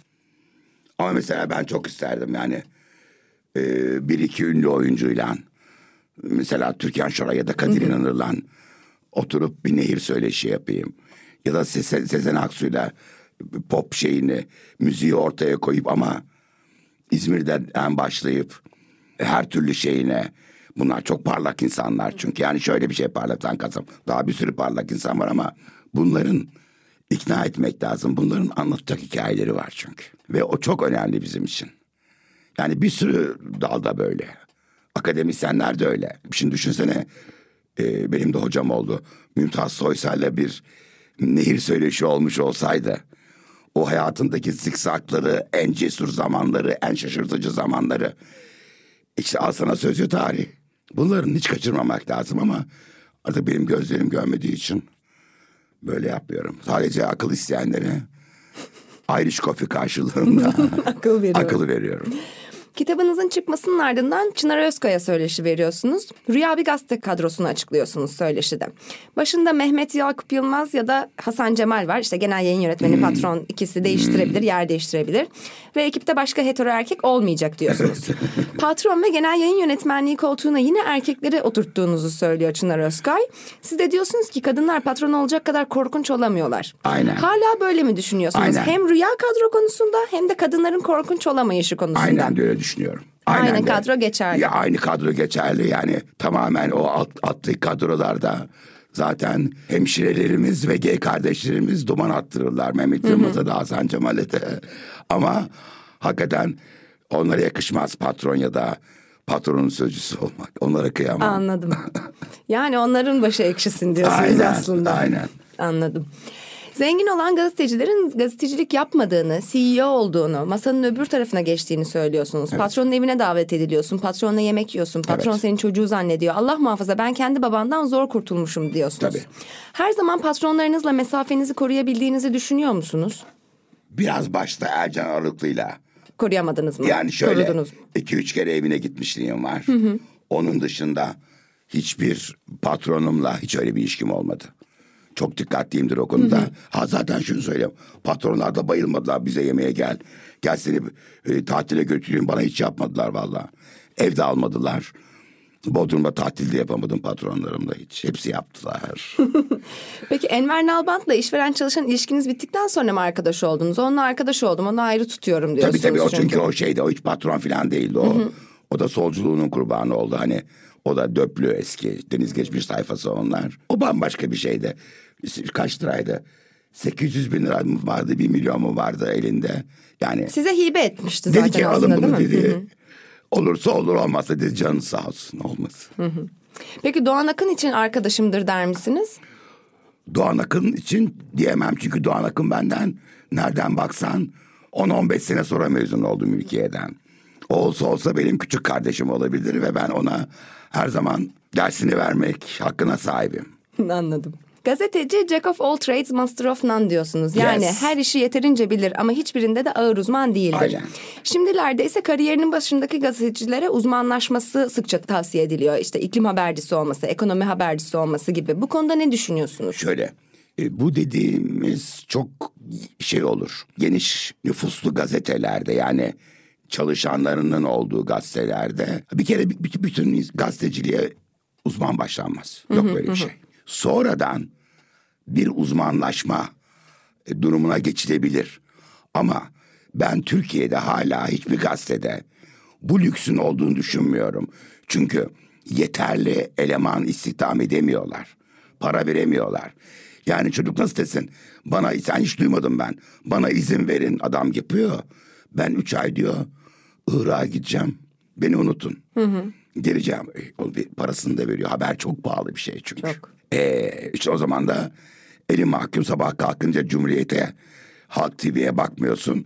Ama mesela ben çok isterdim yani. Bir iki ünlü oyuncuyla mesela Türkan Şoray ya da Kadir İnanır'la oturup bir nehir söyleşi yapayım. Ya da Sezen Aksu'yla pop müziği ortaya koyup ama İzmir'den başlayıp her türlü bunlar çok parlak insanlar çünkü yani şöyle bir parlaktan kasım. Daha bir sürü parlak insan var ama bunların ikna etmek lazım. Bunların anlatacak hikayeleri var çünkü. Ve o çok önemli bizim için. Yani bir sürü dalda böyle. Akademisyenler de öyle. Şimdi düşünsene benim de hocam oldu. Mümtaz Soysal'la bir nehir söyleşi olmuş olsaydı o hayatındaki zikzakları, en cesur zamanları, en şaşırtıcı zamanları işte al sana sözlü tarih. Bunların hiç kaçırmamak lazım ama artık benim gözlerim görmediği için böyle yapmıyorum. Sadece akıl isteyenlere Irish Coffee karşılığında akıl veriyorum. Kitabınızın çıkmasının ardından Çınar Özkaya söyleşi veriyorsunuz. Rüya bir gazete kadrosunu açıklıyorsunuz söyleşide. Başında Mehmet Yakup Yılmaz ya da Hasan Cemal var. İşte genel yayın yönetmeni, patron ikisi değiştirebilir, yer değiştirebilir. Ve ekipte başka hetero erkek olmayacak diyorsunuz. Patron ve genel yayın yönetmenliği koltuğuna yine erkekleri oturttuğunuzu söylüyor Çınar Özkay. Siz de diyorsunuz ki kadınlar patron olacak kadar korkunç olamıyorlar. Aynen. Hala böyle mi düşünüyorsunuz? Aynen. Hem rüya kadro konusunda hem de kadınların korkunç olamayışı konusunda. Aynen öyle düşünüyorum. Aynı kadro geçerli. Ya aynı kadro geçerli yani tamamen o altlı kadrolarda zaten hemşirelerimiz ve gay kardeşlerimiz duman attırırlar. Mehmet Yılmaz'a da Hasan Cemal'e de. Ama hakikaten onlara yakışmaz patron ya da patronun sözcüsü olmak. Onlara kıyamam. Anladım. Yani onların başı ekşisin diyorsunuz aynen, aslında. Aynen. Anladım. Zengin olan gazetecilerin gazetecilik yapmadığını, CEO olduğunu, masanın öbür tarafına geçtiğini söylüyorsunuz. Evet. Patronun evine davet ediliyorsun, patronla yemek yiyorsun, patron senin çocuğu zannediyor. Allah muhafaza ben kendi babandan zor kurtulmuşum diyorsunuz. Tabii. Her zaman patronlarınızla mesafenizi koruyabildiğinizi düşünüyor musunuz? Biraz başta Ercan Arıklı'yla. Koruyamadınız mı? Yani şöyle Korudunuz. 2-3 kere evine gitmişliğim var. Onun dışında hiçbir patronumla hiç öyle bir ilişkim olmadı. Çok dikkatliyimdir o konuda. Zaten şunu söyleyeyim. Patronlar da bayılmadılar bize yemeğe gel. Gel seni tatile götüreyim. Bana hiç yapmadılar vallahi. Evde almadılar. Bodrum'da tatilde yapamadım patronlarımla hiç. Hepsi yaptılar. Peki Enver Nalbant'la işveren çalışan ilişkiniz bittikten sonra mı arkadaş oldunuz? Onunla arkadaş oldum, onu ayrı tutuyorum diyorsunuz. Tabii o çünkü o o hiç patron falan değildi o. O da solculuğunun kurbanı oldu hani. O da döplü eski deniz geçmiş sayfası onlar. O bambaşka bir şeydi. Kaç liraydı? 800 bin lira mı vardı, 1 milyon mu vardı elinde? Yani size hibe etmişti zaten dedi ki, aslında alın bunu değil mi? dedi. Olursa olur olmazsa dedi canın sağ olsun olmasın. Peki Doğan Akın için arkadaşımdır der misiniz? Doğan Akın için diyemem çünkü Doğan Akın benden nereden baksan 10-15 sene sonra mezun oldum ülkeden. Olsa benim küçük kardeşim olabilir ve ben ona her zaman dersini vermek hakkına sahibim. Anladım. Gazeteci Jack of all trades, master of none diyorsunuz. Yani her işi yeterince bilir ama hiçbirinde de ağır uzman değildir. Aynen. Şimdilerde ise kariyerinin başındaki gazetecilere uzmanlaşması sıkça tavsiye ediliyor. İşte iklim habercisi olması, ekonomi habercisi olması gibi. Bu konuda ne düşünüyorsunuz? Şöyle, bu dediğimiz çok olur. Geniş nüfuslu gazetelerde, yani çalışanlarının olduğu gazetelerde bir kere bütün gazeteciliğe uzman başlanmaz. Yok böyle bir şey. Sonradan bir uzmanlaşma durumuna geçilebilir. Ama ben Türkiye'de hala hiçbir gazetede bu lüksün olduğunu düşünmüyorum. Çünkü yeterli eleman istihdam edemiyorlar. Para veremiyorlar. Yani çocuk nasıl desin? Sen hiç duymadım ben. Bana izin verin, adam yapıyor. Ben 3 ay diyor Irak'a gideceğim. Beni unutun. Geleceğim. Onun parasını da veriyor. Haber çok pahalı bir şey çünkü. Çok. İşte o zaman da eli mahkum, sabah kalkınca Cumhuriyet'e, Halk TV'ye bakmıyorsun.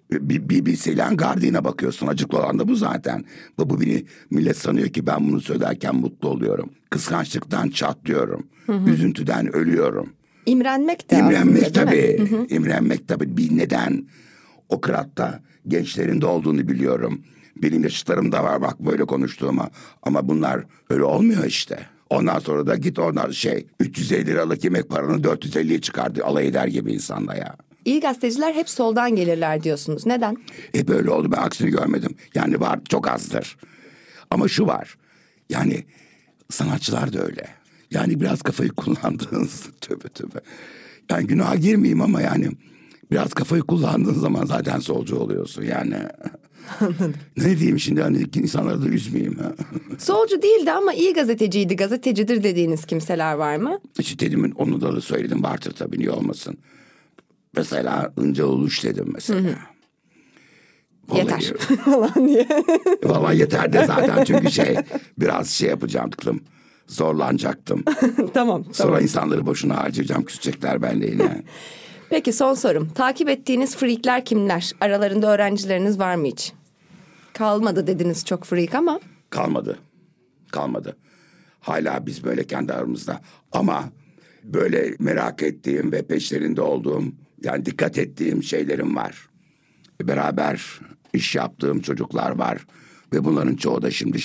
BBC'yle Guardian'a bakıyorsun. Acıklı olan da bu zaten. Bu millet sanıyor ki ben bunu söylerken mutlu oluyorum. Kıskançlıktan çatlıyorum. Üzüntüden ölüyorum. İmrenmek de İmrenmek aslında, tabii. İmrenmek tabii. Bir neden o kıratta gençlerin de olduğunu biliyorum. Benim yaşıtlarım da var bak böyle konuştuğuma. Ama bunlar öyle olmuyor işte. Ondan sonra da git 350 liralık yemek paranı 450'ye çıkardı. Alay eder gibi insanla ya. İyi gazeteciler hep soldan gelirler diyorsunuz. Neden? Böyle oldu, ben aksini görmedim. Yani var, çok azdır. Ama şu var. Yani sanatçılar da öyle. Yani biraz kafayı kullandığınız tövbe. Yani günaha girmeyeyim ama yani biraz kafayı kullandığın zaman zaten solcu oluyorsun yani. Anladım. Ne diyeyim şimdi, hani insanları da üzmeyeyim. Solcu değildi ama iyi gazeteciydi, gazetecidir dediğiniz kimseler var mı? İşte dedim, onu da söyledim, vardır tabii, niye olmasın. Mesela Inca Uluş dedim mesela. Yeter falan diye. Vallahi yeter de zaten çünkü biraz yapacaktım. Zorlanacaktım. Tamam. Sonra insanları boşuna harcayacağım, küsecekler benimle yine. Peki son sorum. Takip ettiğiniz freakler kimler? Aralarında öğrencileriniz var mı hiç? Kalmadı dediniz çok freak ama. Kalmadı. Hala biz böyle kendi aramızda. Ama böyle merak ettiğim ve peşlerinde olduğum, yani dikkat ettiğim şeylerim var. Beraber iş yaptığım çocuklar var. Ve bunların çoğu da şimdi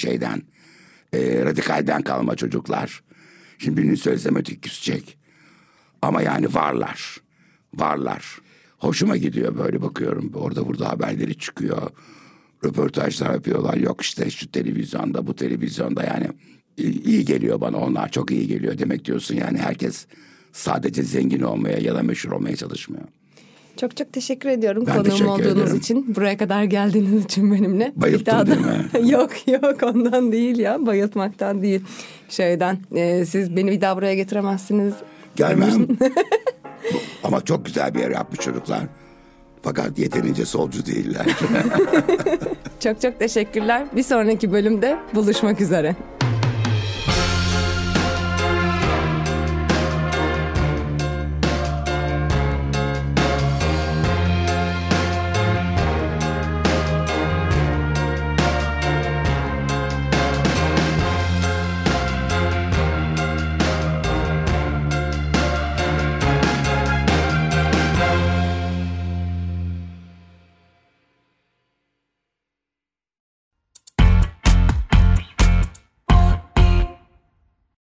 radikalden kalma çocuklar. Şimdi birini söylesem öteki küsecek. Ama yani varlar. Hoşuma gidiyor, böyle bakıyorum. Orada burada haberleri çıkıyor. Röportajlar yapıyorlar. Yok işte şu televizyonda, bu televizyonda, yani iyi geliyor bana onlar. Çok iyi geliyor. Demek diyorsun yani herkes sadece zengin olmaya ya da meşhur olmaya çalışmıyor. Çok çok teşekkür ediyorum ben konuğum teşekkür olduğunuz ederim. için. Buraya kadar geldiğiniz için benimle. Bayılttın değil mi? Yok ondan değil ya. Bayıltmaktan değil. Siz beni bir daha buraya getiremezsiniz. Gelmem. Ama çok güzel bir yer yapmış çocuklar. Fakat yeterince solcu değiller. Çok çok teşekkürler. Bir sonraki bölümde buluşmak üzere.